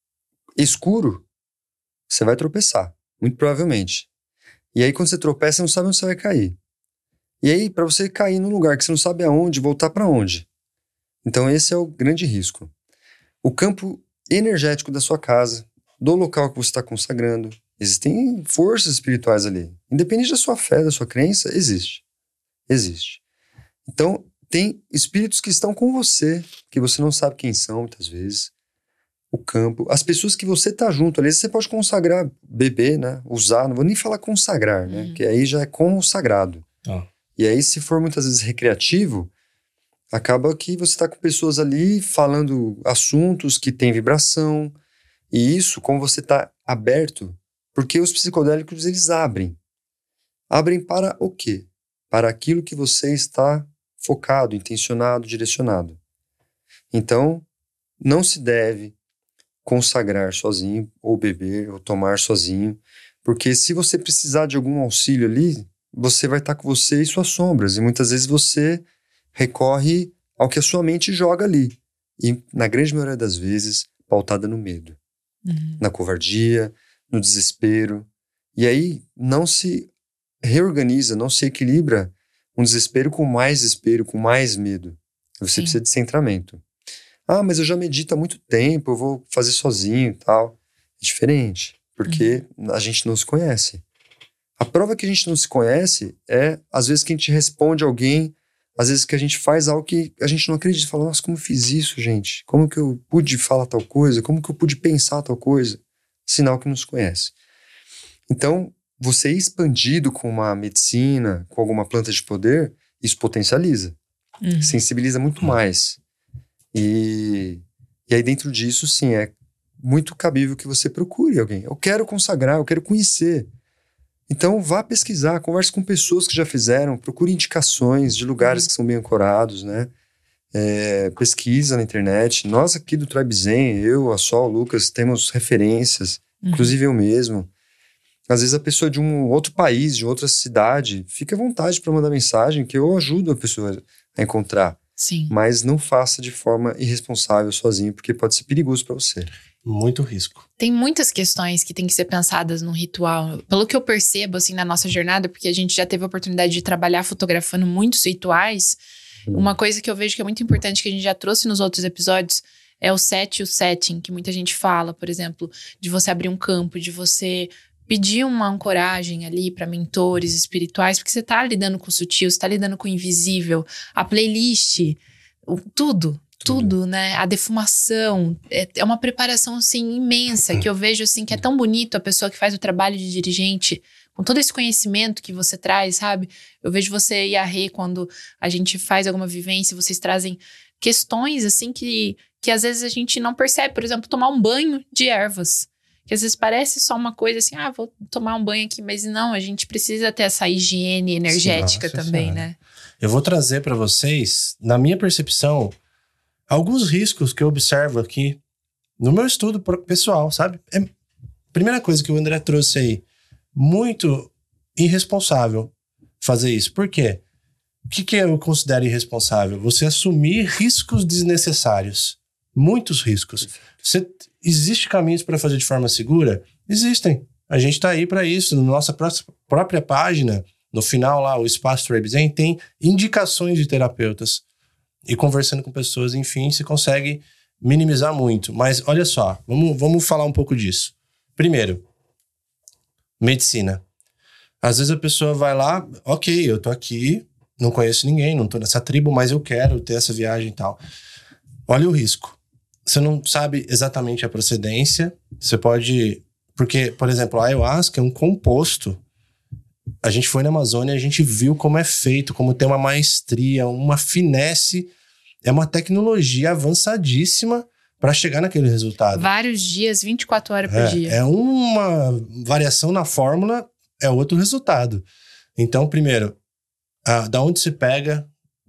escuro, você vai tropeçar, muito provavelmente. E aí, quando você tropeça, você não sabe onde você vai cair. E aí, para você cair num lugar que você não sabe aonde, voltar para onde? Então, esse é o grande risco. O campo energético da sua casa, do local que você está consagrando, existem forças espirituais ali. Independente da sua fé, da sua crença, existe. Existe. Então, tem espíritos que estão com você, que você não sabe quem são, muitas vezes. O campo, as pessoas que você tá junto, ali você pode consagrar, beber, né? Usar, não vou nem falar consagrar, né? Uhum. Que aí já é consagrado. Oh. E aí, se for muitas vezes recreativo, acaba que você tá com pessoas ali falando assuntos que têm vibração. E isso, como você tá aberto, porque os psicodélicos, eles abrem. Abrem para o quê? Para aquilo que você está focado, intencionado, direcionado. Então, não se deve consagrar sozinho, ou beber, ou tomar sozinho, porque se você precisar de algum auxílio ali, você vai estar com você e suas sombras, e muitas vezes você recorre ao que a sua mente joga ali, e na grande maioria das vezes, pautada no medo, Uhum. na covardia, no desespero, e aí não se reorganiza, não se equilibra um desespero com mais desespero, com mais medo. Você Sim. precisa de centramento. Ah, mas eu já medito há muito tempo, eu vou fazer sozinho e tal. É diferente, porque uhum. a gente não se conhece. A prova que a gente não se conhece é, às vezes, que a gente responde a alguém, às vezes que a gente faz algo que a gente não acredita. Fala, nossa, como eu fiz isso, gente? Como que eu pude falar tal coisa? Como que eu pude pensar tal coisa? Sinal que não se conhece. Então, você expandido com uma medicina, com alguma planta de poder, isso potencializa. Uhum. Sensibiliza muito mais. E, e aí dentro disso, sim, é muito cabível que você procure alguém. Eu quero consagrar, eu quero conhecer. Então vá pesquisar, converse com pessoas que já fizeram, procure indicações de lugares uhum. que são bem ancorados, né? É, pesquisa na internet. Nós aqui do Tribe Zen, eu, a Sol, o Lucas, temos referências, uhum. inclusive eu mesmo. Às vezes a pessoa de um outro país, de outra cidade, fica à vontade para mandar mensagem que eu ajudo a pessoa a encontrar. Sim. Mas não faça de forma irresponsável sozinho, porque pode ser perigoso para você. Muito risco. Tem muitas questões que têm que ser pensadas num ritual. Pelo que eu percebo, assim, na nossa jornada, porque a gente já teve a oportunidade de trabalhar fotografando muitos rituais, hum. uma coisa que eu vejo que é muito importante, que a gente já trouxe nos outros episódios, é o set e o setting, que muita gente fala, por exemplo, de você abrir um campo, de você pedir uma ancoragem ali para mentores espirituais, porque você tá lidando com o sutil, você tá lidando com o invisível, a playlist, o, tudo, tudo, tudo, né? A defumação, é, é uma preparação, assim, imensa, que eu vejo, assim, que é tão bonito a pessoa que faz o trabalho de dirigente, com todo esse conhecimento que você traz, sabe? Eu vejo você e a Rê, quando a gente faz alguma vivência, vocês trazem questões, assim, que, que às vezes a gente não percebe. Por exemplo, tomar um banho de ervas. Que às vezes parece só uma coisa assim, ah, vou tomar um banho aqui, mas não, a gente precisa ter essa higiene energética Nossa também, senhora. né? Eu vou trazer para vocês, na minha percepção, alguns riscos que eu observo aqui no meu estudo pessoal, sabe? É, primeira coisa que o André trouxe aí, muito irresponsável fazer isso. Por quê? O que, que eu considero irresponsável? Você assumir riscos desnecessários. Muitos riscos. Você, existe caminhos para fazer de forma segura? Existem. A gente está aí para isso. Na nossa pró- própria página, no final lá, o Espaço Tribe Zen, tem indicações de terapeutas. E conversando com pessoas, enfim, se consegue minimizar muito. Mas olha só, vamos, vamos falar um pouco disso. Primeiro, medicina. Às vezes a pessoa vai lá, ok, eu tô aqui, não conheço ninguém, não tô nessa tribo, mas eu quero ter essa viagem e tal. Olha o risco. Você não sabe exatamente a procedência. Você pode... Porque, por exemplo, a ayahuasca é um composto. A gente foi na Amazônia e a gente viu como é feito, como tem uma maestria, uma finesse. É uma tecnologia avançadíssima para chegar naquele resultado. Vários dias, vinte e quatro horas por é, dia. É uma variação na fórmula, é outro resultado. Então, primeiro, a, da onde se pega...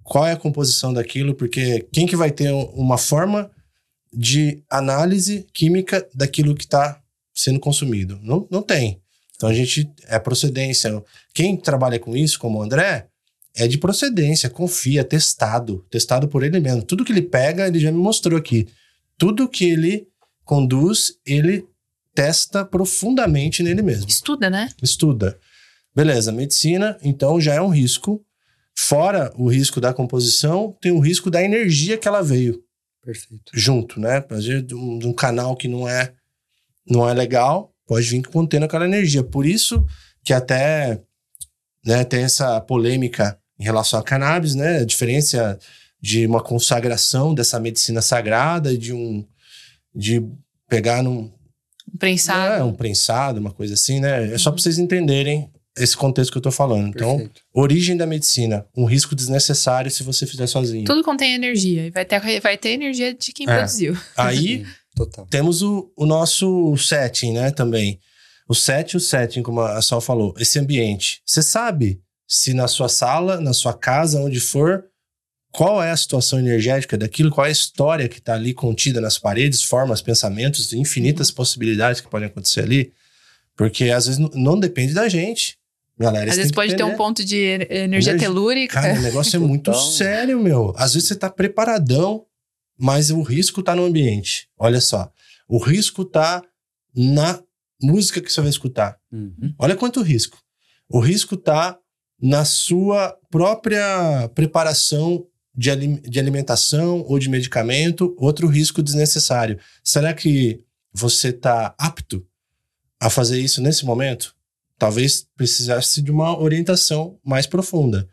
qual é a composição daquilo, porque quem que vai ter uma forma de análise química daquilo que está sendo consumido? Não, não tem. Então a gente, é procedência. Quem trabalha com isso, como o André, é de procedência, confia, testado, testado por ele mesmo. Tudo que ele pega, ele já me mostrou aqui. Tudo que ele conduz, ele testa profundamente nele mesmo. Estuda, né? Estuda. Beleza, medicina, então já é um risco. Fora o risco da composição, tem o risco da energia que ela veio. Perfeito. Junto, né? Às vezes, de um, de um canal que não é, não é legal, pode vir contendo aquela energia. Por isso que até, né, tem essa polêmica em relação à cannabis, né? A diferença de uma consagração dessa medicina sagrada e de um... de pegar num... Um prensado. É, um prensado, uma coisa assim, né? É só para vocês entenderem esse contexto que eu tô falando. Então, Perfeito. origem da medicina. Um risco desnecessário se você fizer sozinho. Tudo contém energia. E vai ter, vai ter energia de quem É. produziu. Aí, Sim, total. temos o, o nosso setting, né, também. O set, o setting, como a Sol falou. Esse ambiente. Você sabe se na sua sala, na sua casa, onde for, qual é a situação energética daquilo, qual é a história que tá ali contida nas paredes, formas, pensamentos, infinitas possibilidades que podem acontecer ali. Porque às vezes não, não depende da gente. Galera, Às você vezes tem que pode ter entender. um ponto de er- energia Energia- telúrica. Cara, o negócio é muito Total. sério, meu. Às vezes você tá preparadão, mas o risco tá no ambiente. Olha só. O risco tá na música que você vai escutar. Uhum. Olha quanto risco. O risco tá na sua própria preparação de, alim- de alimentação ou de medicamento. Outro risco desnecessário. Será que você tá apto a fazer isso nesse momento? Talvez precisasse de uma orientação mais profunda.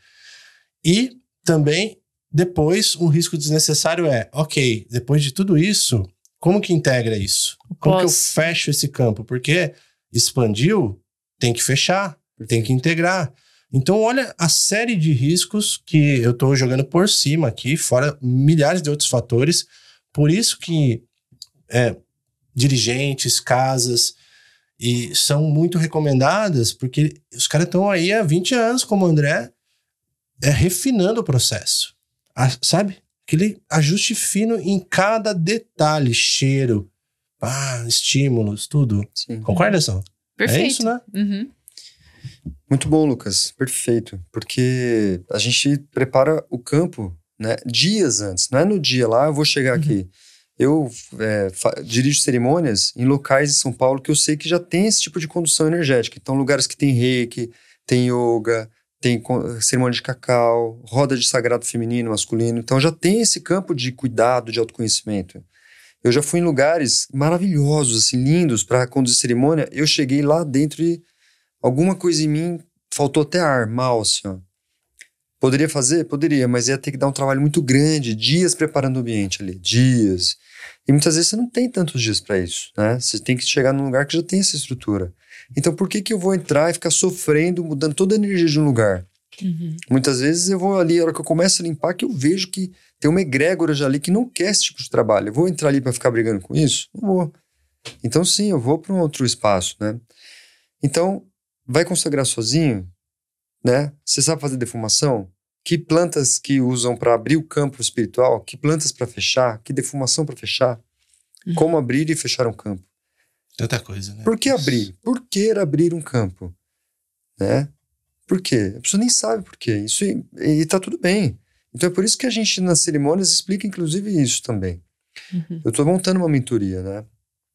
E também, depois, um risco desnecessário é, ok, depois de tudo isso, como que integra isso? Como que eu Pós. fecho esse campo? Porque expandiu, tem que fechar, tem que integrar. Então, olha a série de riscos que eu estou jogando por cima aqui, fora milhares de outros fatores. Por isso que é, dirigentes, casas... E são muito recomendadas porque os caras estão aí há vinte anos, como o André, é, refinando o processo. A, sabe? Aquele ajuste fino em cada detalhe, cheiro, ah, estímulos, tudo. Sim. Concorda, São? Perfeito. É isso, né? Uhum. Muito bom, Lucas. Perfeito. Porque a gente prepara o campo, né, dias antes. Não é no dia lá, eu vou chegar Uhum. aqui. Eu é, fa- dirijo cerimônias em locais de São Paulo que eu sei que já tem esse tipo de condução energética. Então, lugares que tem reiki, tem yoga, tem co- cerimônia de cacau, roda de sagrado feminino, masculino. Então, já tem esse campo de cuidado, de autoconhecimento. Eu já fui em lugares maravilhosos, assim, lindos para conduzir cerimônia. Eu cheguei lá dentro e alguma coisa em mim faltou até ar, mal, assim, ó. Poderia fazer? Poderia, mas ia ter que dar um trabalho muito grande, dias preparando o ambiente ali, dias. E muitas vezes você não tem tantos dias para isso, né? Você tem que chegar num lugar que já tem essa estrutura. Então, por que que eu vou entrar e ficar sofrendo, mudando toda a energia de um lugar? Uhum. Muitas vezes eu vou ali, a hora que eu começo a limpar, que eu vejo que tem uma egrégora já ali que não quer esse tipo de trabalho. Eu vou entrar ali para ficar brigando com isso? Não vou. Então, sim, eu vou para um outro espaço, né? Então, vai consagrar sozinho, né? Você sabe fazer defumação? Que plantas que usam para abrir o campo espiritual? Que plantas para fechar? Que defumação para fechar? Uhum. Como abrir e fechar um campo? Tanta coisa, né? Por que abrir? Por que abrir um campo? Né? Por quê? A pessoa nem sabe por quê. Isso, e, e tá tudo bem. Então é por isso que a gente nas cerimônias explica inclusive isso também. Uhum. Eu estou montando uma mentoria, né?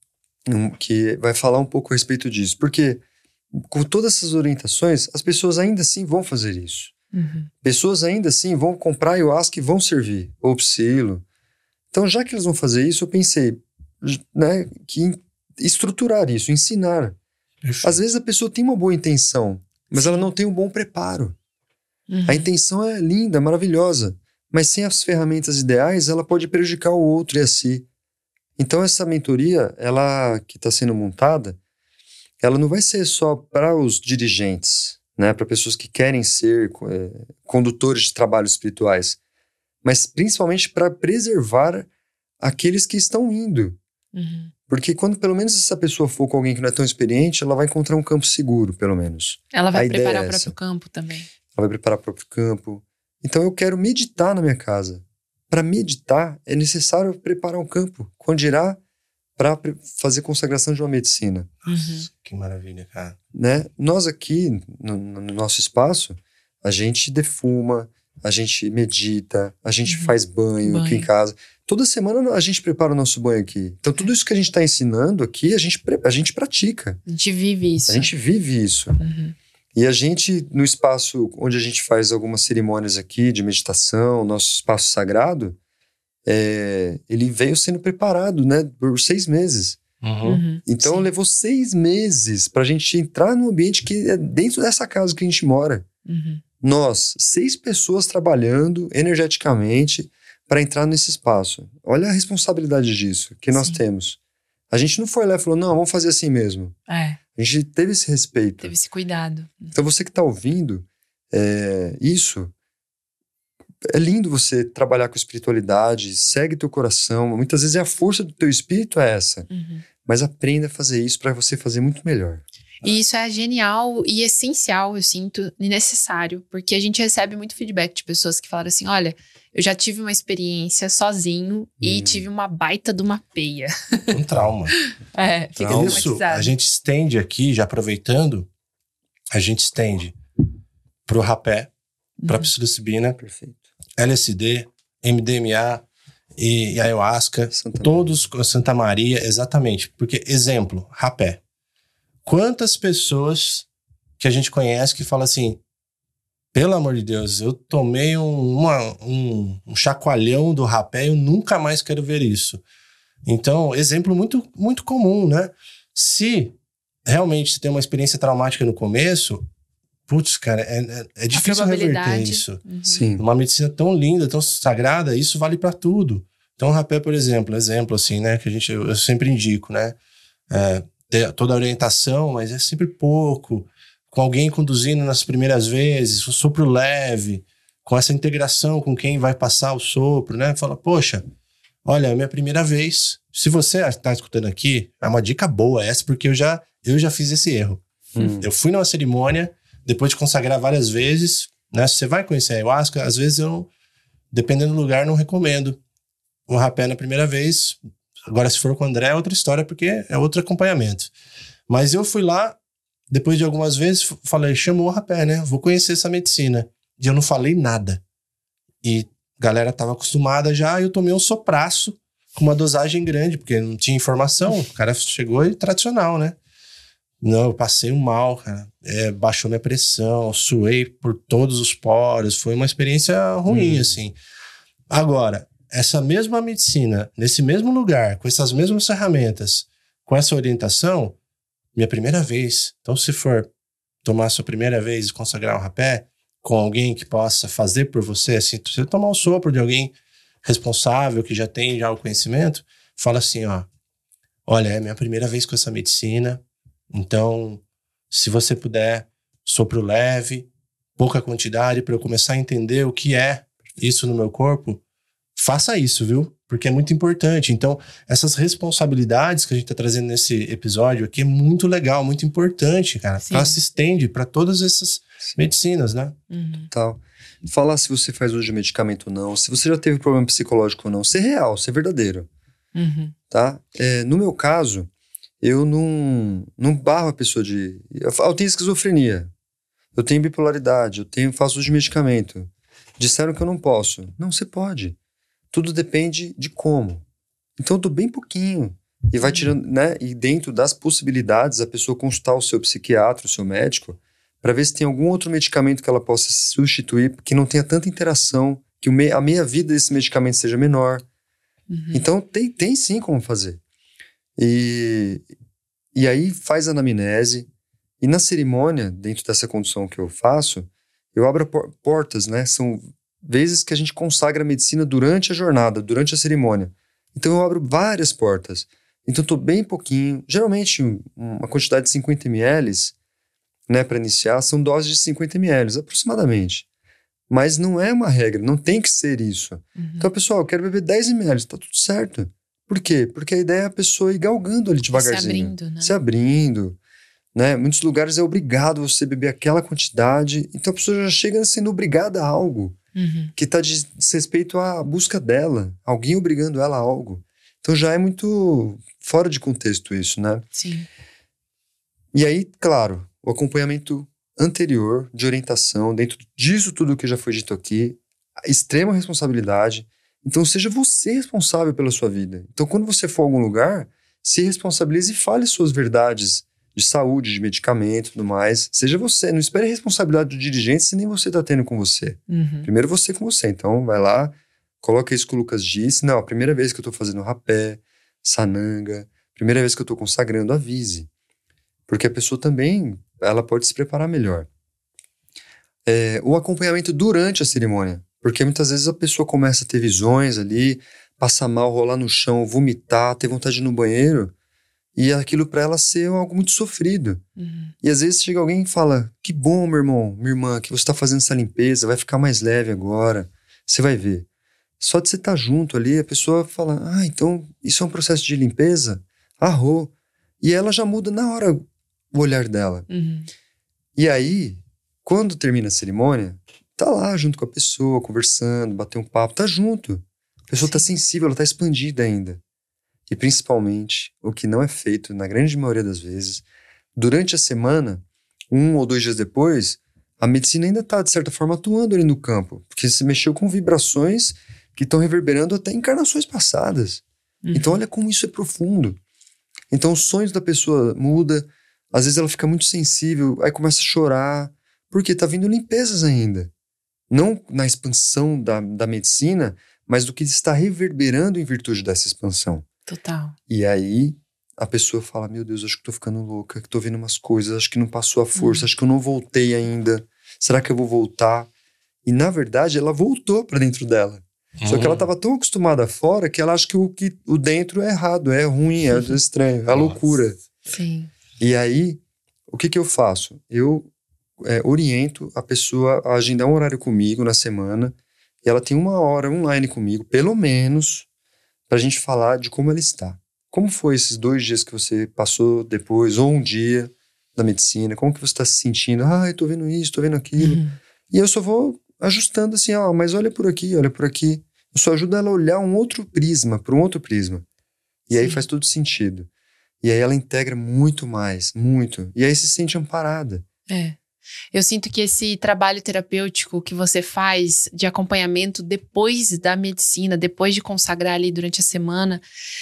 Um, que vai falar um pouco a respeito disso. Porque com todas essas orientações, as pessoas ainda assim vão fazer isso. Uhum. Pessoas ainda assim vão comprar ayahuasca e vão servir, ou psilo. Então, já que eles vão fazer isso, eu pensei, né, que estruturar isso, ensinar. Perfeito. Às vezes a pessoa tem uma boa intenção, mas ela não tem um bom preparo. Uhum. A intenção é linda, maravilhosa, mas sem as ferramentas ideais, ela pode prejudicar o outro e a si. Então, essa mentoria, ela que está sendo montada, ela não vai ser só para os dirigentes, né, para pessoas que querem ser é, condutores de trabalhos espirituais, mas principalmente para preservar aqueles que estão indo. Uhum. Porque quando pelo menos essa pessoa for com alguém que não é tão experiente, ela vai encontrar um campo seguro, pelo menos. Ela vai A ideia preparar é o essa. próprio campo também. Ela vai preparar o próprio campo, Então eu quero meditar na minha casa. Para meditar, é necessário preparar um campo, quando dirá para fazer consagração de uma medicina. Uhum. Que maravilha, cara. Né? Nós aqui, no, no nosso espaço, a gente defuma, a gente medita, a gente Uhum. faz banho, Banho. aqui em casa. Toda semana a gente prepara o nosso banho aqui. Então tudo isso que a gente está ensinando aqui, a gente, pre- a gente pratica. A gente vive isso. A gente vive isso. Uhum. E a gente, no espaço onde a gente faz algumas cerimônias aqui de meditação, nosso espaço sagrado, é, ele veio sendo preparado, né, por seis meses. Uhum. Uhum. Então Sim. levou seis meses pra gente entrar num ambiente que é dentro dessa casa que a gente mora. Uhum. Nós, seis pessoas trabalhando energeticamente para entrar nesse espaço. Olha a responsabilidade disso que nós Sim. temos. A gente não foi lá e falou, não, vamos fazer assim mesmo. É, A gente teve esse respeito. teve esse cuidado. Então você que está ouvindo, é, isso, é lindo você trabalhar com espiritualidade, segue teu coração. Muitas vezes é a força do teu espírito é essa. Uhum. Mas aprenda a fazer isso para você fazer muito melhor. E isso é genial e essencial, eu sinto, e necessário, porque a gente recebe muito feedback de pessoas que falaram assim, olha, eu já tive uma experiência sozinho e Hum. tive uma baita de uma peia. Um trauma. É, fica Trauma. Isso, traumatizado. a gente estende aqui, já aproveitando, a gente estende pro rapé, pra Uhum. psilocibina, Perfeito. L S D, M D M A e, e ayahuasca, Santa todos com Santa Maria, exatamente. Porque, exemplo, rapé. Quantas pessoas que a gente conhece que falam assim, pelo amor de Deus, eu tomei um, uma- um, um chacoalhão do rapé, eu nunca mais quero ver isso. Então, exemplo muito, muito comum, né? Se realmente você tem uma experiência traumática no começo, putz, cara, é, é, é A difícil reverter probabilidade. isso. Uhum. Sim. Uma medicina tão linda, tão sagrada, isso vale para tudo. Então, o rapé, por exemplo, exemplo assim, né, que a gente, eu, eu sempre indico, né, é, ter toda a orientação, mas é sempre pouco, com alguém conduzindo nas primeiras vezes, um sopro leve, com essa integração com quem vai passar o sopro, né, fala, poxa, olha, é a minha primeira vez. Se você está escutando aqui, é uma dica boa essa, porque eu já, eu já fiz esse erro. Hum. Eu fui numa cerimônia, depois de consagrar várias vezes, né? Se você vai conhecer a ayahuasca, às vezes eu, dependendo do lugar, não recomendo o rapé na primeira vez. Agora, se for com o André, é outra história, porque é outro acompanhamento. Mas eu fui lá, depois de algumas vezes, f- falei, chamou o rapé, né? Vou conhecer essa medicina. E eu não falei nada. E a galera tava acostumada já, e eu tomei um sopraço com uma dosagem grande, porque não tinha informação. O cara chegou e tradicional, né? Não, eu passei um mal, cara. É, baixou minha pressão, suei por todos os poros. Foi uma experiência ruim, Hum. assim. Agora, essa mesma medicina, nesse mesmo lugar, com essas mesmas ferramentas, com essa orientação, minha primeira vez. Então, se for tomar a sua primeira vez e consagrar um rapé com alguém que possa fazer por você, assim, se você tomar o sopro de alguém responsável, que já tem já o conhecimento, fala assim, ó, olha, é minha primeira vez com essa medicina, então, se você puder, sopro leve, pouca quantidade, para eu começar a entender o que é isso no meu corpo, faça isso, viu? Porque é muito importante. Então, essas responsabilidades que a gente tá trazendo nesse episódio aqui é muito legal, muito importante, cara. Sim. Ela se estende para todas essas medicinas, né? Uhum. Tal. Falar se você faz uso de medicamento ou não, se você já teve problema psicológico ou não, ser real, ser verdadeiro, Uhum. tá? É, no meu caso, eu não, não barro a pessoa de... Eu, fa- eu tenho esquizofrenia, eu tenho bipolaridade, eu tenho, faço uso de medicamento. Disseram que eu não posso. Não, você pode. Tudo depende de como. Então eu dou bem pouquinho. E vai tirando, né? E dentro das possibilidades, a pessoa consultar o seu psiquiatra, o seu médico, para ver se tem algum outro medicamento que ela possa substituir, que não tenha tanta interação, que o me- a meia-vida desse medicamento seja menor. Uhum. Então tem, tem sim como fazer. E, e aí faz a anamnese. E na cerimônia, dentro dessa condução que eu faço, eu abro por- portas, né? São vezes que a gente consagra a medicina durante a jornada, durante a cerimônia. Então eu abro várias portas. Então eu tô bem pouquinho. Geralmente um- uma quantidade de cinquenta mililitros, né, para iniciar, são doses de cinquenta mililitros, aproximadamente. Mas não é uma regra, não tem que ser isso. Uhum. Então, pessoal, eu quero beber dez mililitros, tá tudo certo. Por quê? Porque a ideia é a pessoa ir galgando ali devagarzinho. Se abrindo, né? Se abrindo, né? Muitos lugares é obrigado você beber aquela quantidade. Então a pessoa já chega sendo obrigada a algo. Uhum. que tá de respeito à busca dela, alguém obrigando ela a algo. Então já é muito fora de contexto isso, né? Sim. E aí, claro, o acompanhamento anterior de orientação, dentro disso tudo que já foi dito aqui, extrema responsabilidade. Então seja você responsável pela sua vida. Então quando você for a algum lugar, se responsabilize e fale suas verdades de saúde, de medicamento e tudo mais. Seja você, não espere a responsabilidade do dirigente se nem você está tendo com você. Uhum. Primeiro você com você. Então vai lá, coloca isso que o Lucas disse. Não, a primeira vez que eu estou fazendo rapé, sananga, primeira vez que eu estou consagrando, avise. Porque a pessoa também, ela pode se preparar melhor. É, o acompanhamento durante a cerimônia. Porque muitas vezes a pessoa começa a ter visões ali, passar mal, rolar no chão, vomitar, ter vontade de ir no banheiro, e aquilo para ela ser algo muito sofrido. Uhum. E às vezes chega alguém e fala, que bom, meu irmão, minha irmã, que você está fazendo essa limpeza, vai ficar mais leve agora, você vai ver. Só de você estar junto ali, a pessoa fala, ah, então isso é um processo de limpeza? Arrou. E ela já muda na hora o olhar dela. Uhum. E aí, quando termina a cerimônia, tá lá junto com a pessoa, conversando, bater um papo, tá junto. A pessoa Sim. tá sensível, ela tá expandida ainda. E principalmente, o que não é feito, na grande maioria das vezes, durante a semana, um ou dois dias depois, a medicina ainda tá, de certa forma, atuando ali no campo. Porque se mexeu com vibrações que estão reverberando até encarnações passadas. Uhum. Então olha como isso é profundo. Então os sonhos da pessoa mudam, às vezes ela fica muito sensível, aí começa a chorar, porque tá vindo limpezas ainda. Não na expansão da, da medicina, mas do que está reverberando em virtude dessa expansão. Total. E aí a pessoa fala, meu Deus, acho que tô ficando louca, que tô vendo umas coisas, acho que não passou a força, Uhum. acho que eu não voltei ainda. Será que eu vou voltar? E na verdade ela voltou pra dentro dela. Só que ela tava tão acostumada fora que ela acha que o, que o dentro é errado, é ruim, é estranho, é a loucura. Sim. E aí, o que que eu faço? Eu é, oriento a pessoa a agendar um horário comigo na semana e ela tem uma hora online comigo, pelo menos, pra gente falar de como ela está. Como foi esses dois dias que você passou depois, ou um dia da medicina, como que você está se sentindo? Ah, eu tô vendo isso, tô vendo aquilo. Uhum. E eu só vou ajustando assim, ó, mas olha por aqui, olha por aqui. Eu só ajudo ela a olhar um outro prisma, para um outro prisma. E aí Sim. faz todo sentido. E aí ela integra muito mais, muito. E aí se sente amparada. É. Eu sinto que esse trabalho terapêutico que você faz de acompanhamento depois da medicina, depois de consagrar ali durante a semana,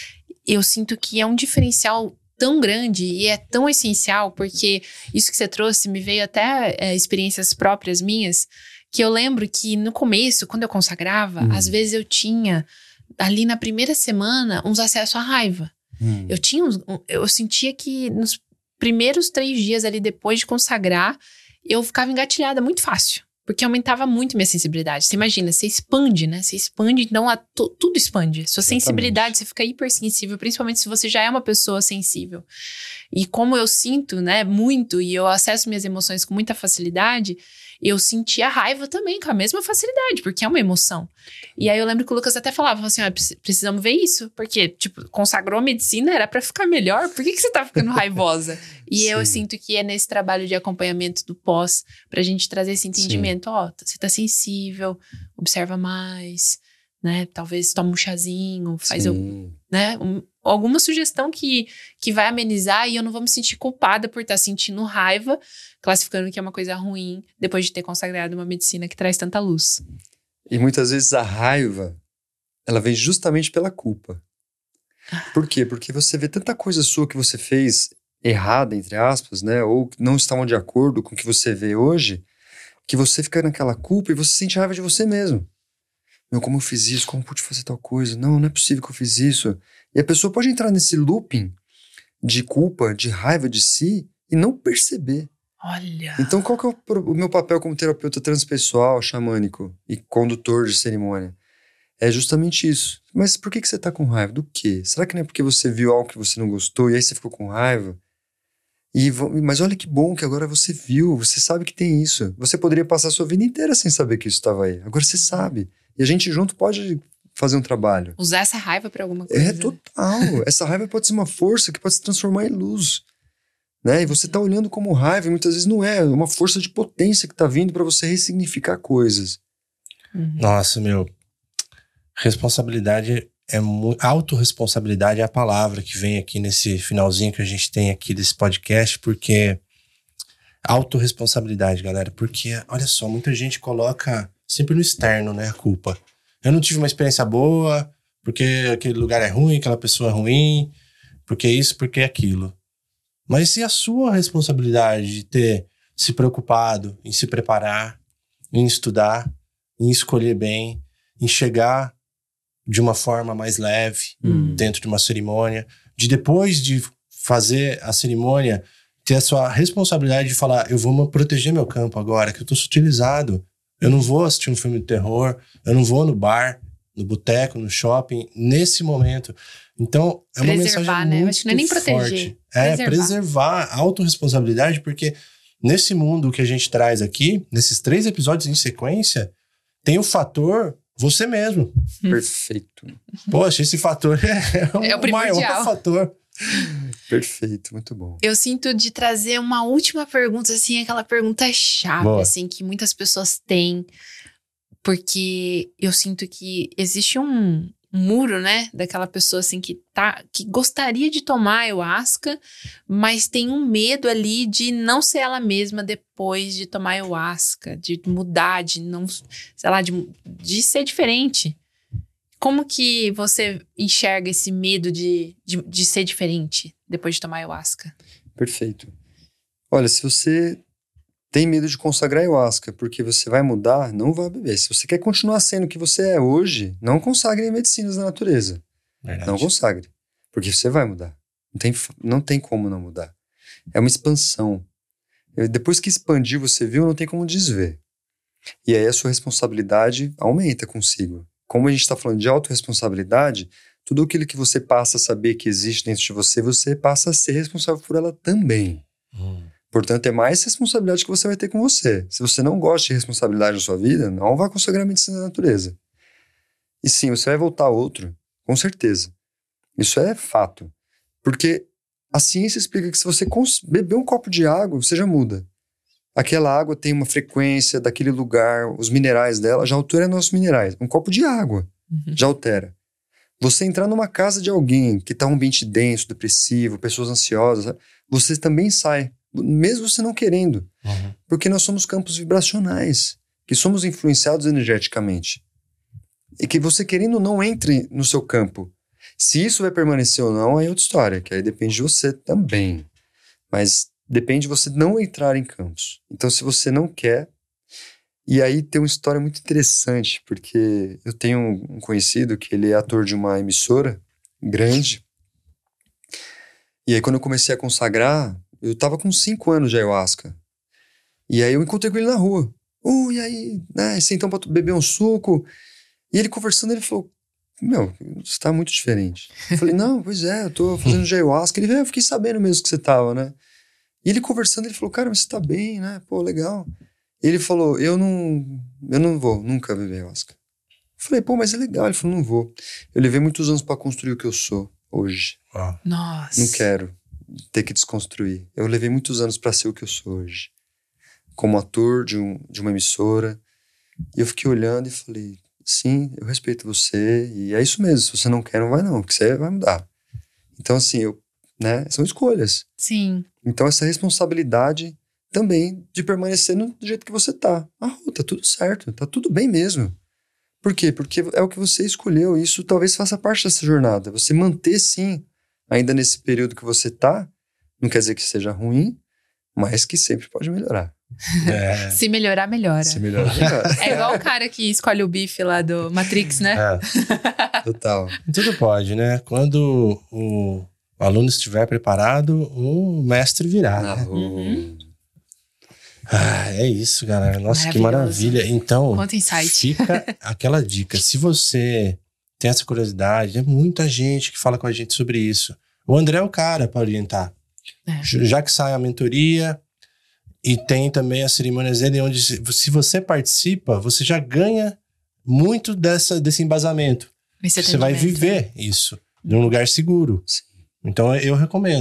eu sinto que é um diferencial tão grande e é tão essencial, porque isso que você trouxe me veio até é, experiências próprias minhas, que eu lembro que no começo, quando eu consagrava, Hum. às vezes eu tinha, ali na primeira semana, uns acessos à raiva. Hum. Eu tinha uns, um, eu sentia que nos primeiros três dias ali depois de consagrar, eu ficava engatilhada muito fácil, porque aumentava muito minha sensibilidade. Você imagina, você expande, né? Você expande, então a, tu, tudo expande. Sua Exatamente. sensibilidade, você fica hipersensível, principalmente se você já é uma pessoa sensível. E como eu sinto, né, muito, e eu acesso minhas emoções com muita facilidade, eu sentia raiva também com a mesma facilidade, porque é uma emoção. E aí eu lembro que o Lucas até falava assim, ah, precisamos ver isso, porque, tipo, consagrou a medicina, era pra ficar melhor, por que, que você tá ficando raivosa? E eu Sim. sinto que é nesse trabalho de acompanhamento do pós, pra gente trazer esse entendimento, ó, você tá sensível, observa mais, né, talvez toma um chazinho, faz eu, Sim. né, um, alguma sugestão que, que vai amenizar e eu não vou me sentir culpada por estar sentindo raiva, classificando que é uma coisa ruim, depois de ter consagrado uma medicina que traz tanta luz. E muitas vezes a raiva, ela vem justamente pela culpa. Por quê? Porque você vê tanta coisa sua que você fez errada, entre aspas, né? Ou que não estavam de acordo com o que você vê hoje, que você fica naquela culpa e você sente raiva de você mesmo. Meu, como eu fiz isso? Como eu pude fazer tal coisa? Não, não é possível que eu fiz isso. E a pessoa pode entrar nesse looping de culpa, de raiva de si e não perceber. Olha! Então, qual que é o, pro- o meu papel como terapeuta transpessoal, xamânico e condutor de cerimônia? É justamente isso. Mas por que, que você tá com raiva? Do quê? Será que não é porque você viu algo que você não gostou e aí você ficou com raiva? E, vo- mas olha que bom que agora você viu, você sabe que tem isso. Você poderia passar a sua vida inteira sem saber que isso estava aí. Agora você sabe. E a gente junto pode fazer um trabalho. Usar essa raiva pra alguma coisa. É total. Essa raiva pode ser uma força que pode se transformar em luz. Né? E você tá olhando como raiva e muitas vezes não é. É uma força de potência que tá vindo para você ressignificar coisas. Uhum. Nossa, meu. Responsabilidade é muito. Autorresponsabilidade é a palavra que vem aqui nesse finalzinho que a gente tem aqui desse podcast, porque. Autorresponsabilidade, galera. Porque, olha só, muita gente coloca sempre no externo, né? A culpa. Eu não tive uma experiência boa, porque aquele lugar é ruim, aquela pessoa é ruim, porque isso, porque aquilo. Mas e a sua responsabilidade de ter se preocupado em se preparar, em estudar, em escolher bem, em chegar de uma forma mais leve Hum. dentro de uma cerimônia, de depois de fazer a cerimônia, ter a sua responsabilidade de falar, eu vou proteger meu campo agora, que eu tô sutilizado. Eu não vou assistir um filme de terror, eu não vou no bar, no boteco, no shopping, nesse momento. Então, é uma Preservar, mensagem né? Eu muito acho que não é nem proteger. forte. É, Preservar. preservar a autorresponsabilidade, porque nesse mundo que a gente traz aqui, nesses três episódios em sequência, tem o fator você mesmo. Perfeito. Poxa, esse fator é, É o o primordial. maior fator. Perfeito, muito bom. Eu sinto de trazer uma última pergunta, assim, aquela pergunta chave, Boa. assim, que muitas pessoas têm. Porque eu sinto que existe um muro, né? Daquela pessoa, assim, que tá... Que gostaria de tomar ayahuasca, mas tem um medo ali de não ser ela mesma depois de tomar ayahuasca. De mudar, de não... Sei lá, de, de ser diferente. Como que você enxerga esse medo de, de, de ser diferente depois de tomar ayahuasca? Perfeito. Olha, se você tem medo de consagrar ayahuasca porque você vai mudar, não vá beber. Se você quer continuar sendo o que você é hoje, não consagre medicinas da natureza. Verdade. Não consagre. Porque você vai mudar. Não tem, não tem como não mudar. É uma expansão. Depois que expandir, você viu, não tem como desver. E aí a sua responsabilidade aumenta consigo. Como a gente está falando de autorresponsabilidade, tudo aquilo que você passa a saber que existe dentro de você, você passa a ser responsável por ela também. Hum. Portanto, é mais responsabilidade que você vai ter com você. Se você não gosta de responsabilidade na sua vida, não vá consagrar a medicina da natureza. E sim, você vai voltar a outro, com certeza. Isso é fato. Porque a ciência explica que se você cons- beber um copo de água, você já muda. Aquela água tem uma frequência daquele lugar, os minerais dela já alteram nossos minerais. Um copo de água Uhum. já altera. Você entrar numa casa de alguém que está um ambiente denso, depressivo, pessoas ansiosas, você também sai, mesmo você não querendo. Uhum. Porque nós somos campos vibracionais, que somos influenciados energeticamente. E que você querendo ou não entre no seu campo. Se isso vai permanecer ou não, aí é outra história, que aí depende de você também. Mas depende de você não entrar em campos. Então, se você não quer... E aí tem uma história muito interessante, porque eu tenho um conhecido que ele é ator de uma emissora grande. E aí, quando eu comecei a consagrar, eu tava com cinco anos de ayahuasca. E aí eu encontrei com ele na rua. Oh, e aí, né, sentou pra beber um suco. E ele conversando, ele falou, meu, você tá muito diferente. Eu falei, não, pois é, eu tô fazendo de ayahuasca. Ele, eu fiquei sabendo mesmo que você tava, né? E ele conversando, ele falou, cara, mas você tá bem, né? Pô, legal. Ele falou, eu não, eu não vou nunca beber ayahuasca. Eu falei, pô, mas é legal. Ele falou, não vou. Eu levei muitos anos pra construir o que eu sou hoje. Uau. Nossa. Não quero ter que desconstruir. Eu levei muitos anos pra ser o que eu sou hoje. Como ator de, um, de uma emissora. E eu fiquei olhando e falei, sim, eu respeito você. E é isso mesmo, se você não quer, não vai não. Porque você vai mudar. Então assim, eu, né, são escolhas. Sim. Então essa responsabilidade também de permanecer no, do jeito que você tá. Ah, tá tudo certo, tá tudo bem mesmo. Por quê? Porque é o que você escolheu. E isso talvez faça parte dessa jornada. Você manter, sim, ainda nesse período que você tá, não quer dizer que seja ruim, mas que sempre pode melhorar. É. Se melhorar, melhora. Se melhorar, melhora. É igual o cara que escolhe o bife lá do Matrix, né? É. Total. Tudo pode, né? Quando o aluno estiver preparado, o mestre virá. Ah, Né? o- Uhum. Ah, é isso, galera. Nossa, que Maravilhoso. maravilha. Então, Quanto insight. fica aquela dica. Se você tem essa curiosidade, é muita gente que fala com a gente sobre isso. O André é o cara para orientar. É. Já que sai a mentoria e tem também as cerimônias dele, onde se, se você participa, você já ganha muito dessa, desse embasamento. Esse Você vai atendimento, viver isso num lugar seguro. Sim. Então eu recomendo.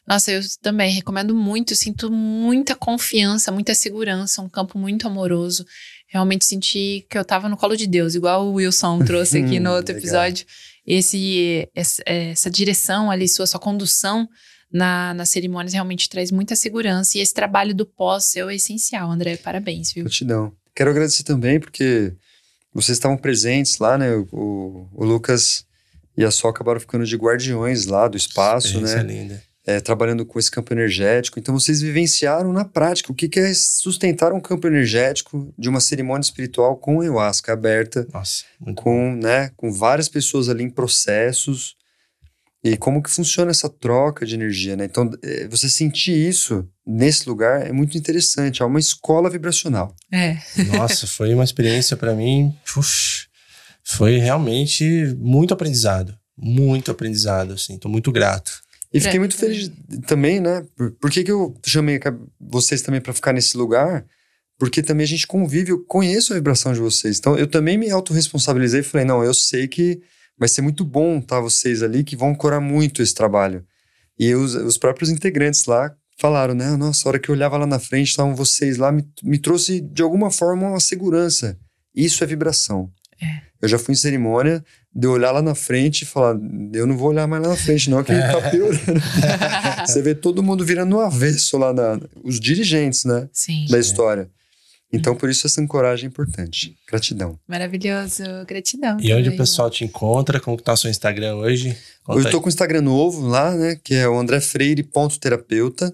Nossa, eu também recomendo muito, sinto muita confiança, muita segurança, um campo muito amoroso. Realmente senti que eu tava no colo de Deus, igual o Wilson trouxe aqui no outro episódio. Esse, essa, essa direção ali, sua, sua condução na, nas cerimônias realmente traz muita segurança. E esse trabalho do pós seu é essencial, André. Parabéns, viu? Gratidão. Quero agradecer também porque vocês estavam presentes lá, né? O, o Lucas e a Sol acabaram ficando de guardiões lá do espaço, né? É linda. É, trabalhando com esse campo energético. Então vocês vivenciaram na prática o que, que é sustentar um campo energético de uma cerimônia espiritual com ayahuasca aberta. Nossa, muito com, né, com várias pessoas ali em processos. E como que funciona essa troca de energia, né? Então, é, você sentir isso nesse lugar é muito interessante. É uma escola vibracional. É. Nossa, foi uma experiência pra mim. Uf, foi realmente muito aprendizado. Muito aprendizado, assim. Tô muito grato. E fiquei muito feliz também, né? Por, por que que eu chamei vocês também para ficar nesse lugar? Porque também a gente convive, eu conheço a vibração de vocês. Então, eu também me autorresponsabilizei e falei, não, eu sei que vai ser muito bom tá vocês ali, que vão ancorar muito esse trabalho. E os, os próprios integrantes lá falaram, né? Nossa, a hora que eu olhava lá na frente, estavam vocês lá, me, me trouxe de alguma forma uma segurança. Isso é vibração. É. Eu já fui em cerimônia de olhar lá na frente e falar, eu não vou olhar mais lá na frente não, que tá piorando. Você vê todo mundo virando no avesso lá, na, os dirigentes, né? Sim. Da história. Então, por isso essa ancoragem é importante. Gratidão. Maravilhoso. Gratidão. E onde também, o pessoal te encontra? Como que tá o seu Instagram hoje? Conta eu tô aí. com o Instagram novo lá, né? Que é o andré freire ponto terapeuta.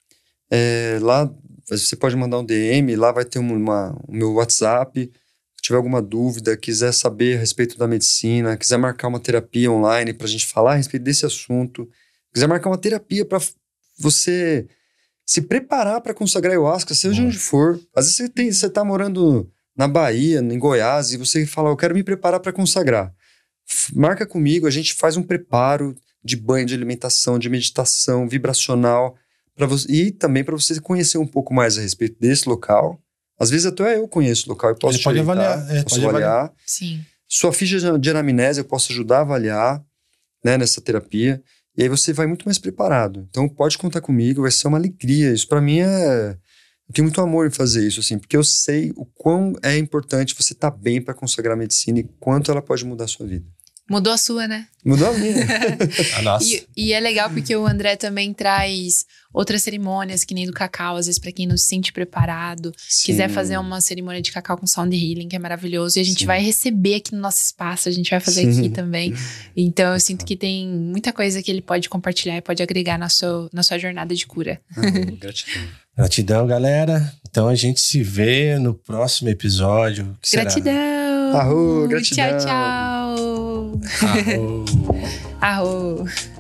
É, lá você pode mandar um D M, lá vai ter uma, o meu WhatsApp. Se tiver alguma dúvida, quiser saber a respeito da medicina, quiser marcar uma terapia online pra gente falar a respeito desse assunto, quiser marcar uma terapia pra você se preparar para consagrar ayahuasca, seja Hum. onde for. Às vezes você, tem, você tá morando na Bahia, em Goiás, e você fala, eu quero me preparar para consagrar. F- Marca comigo, a gente faz um preparo de banho, de alimentação, de meditação vibracional, pra você, e também para você conhecer um pouco mais a respeito desse local. Às vezes até eu conheço o local e posso Ele te pode orientar, avaliar, é, posso pode avaliar. avaliar. Sim. Sua ficha de- de anamnese eu posso ajudar a avaliar, né, nessa terapia. E aí você vai muito mais preparado. Então pode contar comigo, vai ser uma alegria. Isso pra mim é... Eu tenho muito amor em fazer isso, assim, porque eu sei o quão é importante você estar bem pra consagrar a medicina e quanto ela pode mudar a sua vida. Mudou a sua, né? Mudou a minha. Ah, nossa. E, e é legal porque o André também traz outras cerimônias, que nem do cacau, às vezes pra quem não se sente preparado. Sim. Quiser fazer uma cerimônia de cacau com sound healing, que é maravilhoso. E a gente Sim. vai receber aqui no nosso espaço, a gente vai fazer Sim. aqui também. Então eu sinto que tem muita coisa que ele pode compartilhar e pode agregar na sua, na sua jornada de cura. Ah, gratidão. Gratidão, galera. Então a gente se vê no próximo episódio. Que será? Gratidão! Arro, gratidão. Tchau, tchau! Arro. Arro!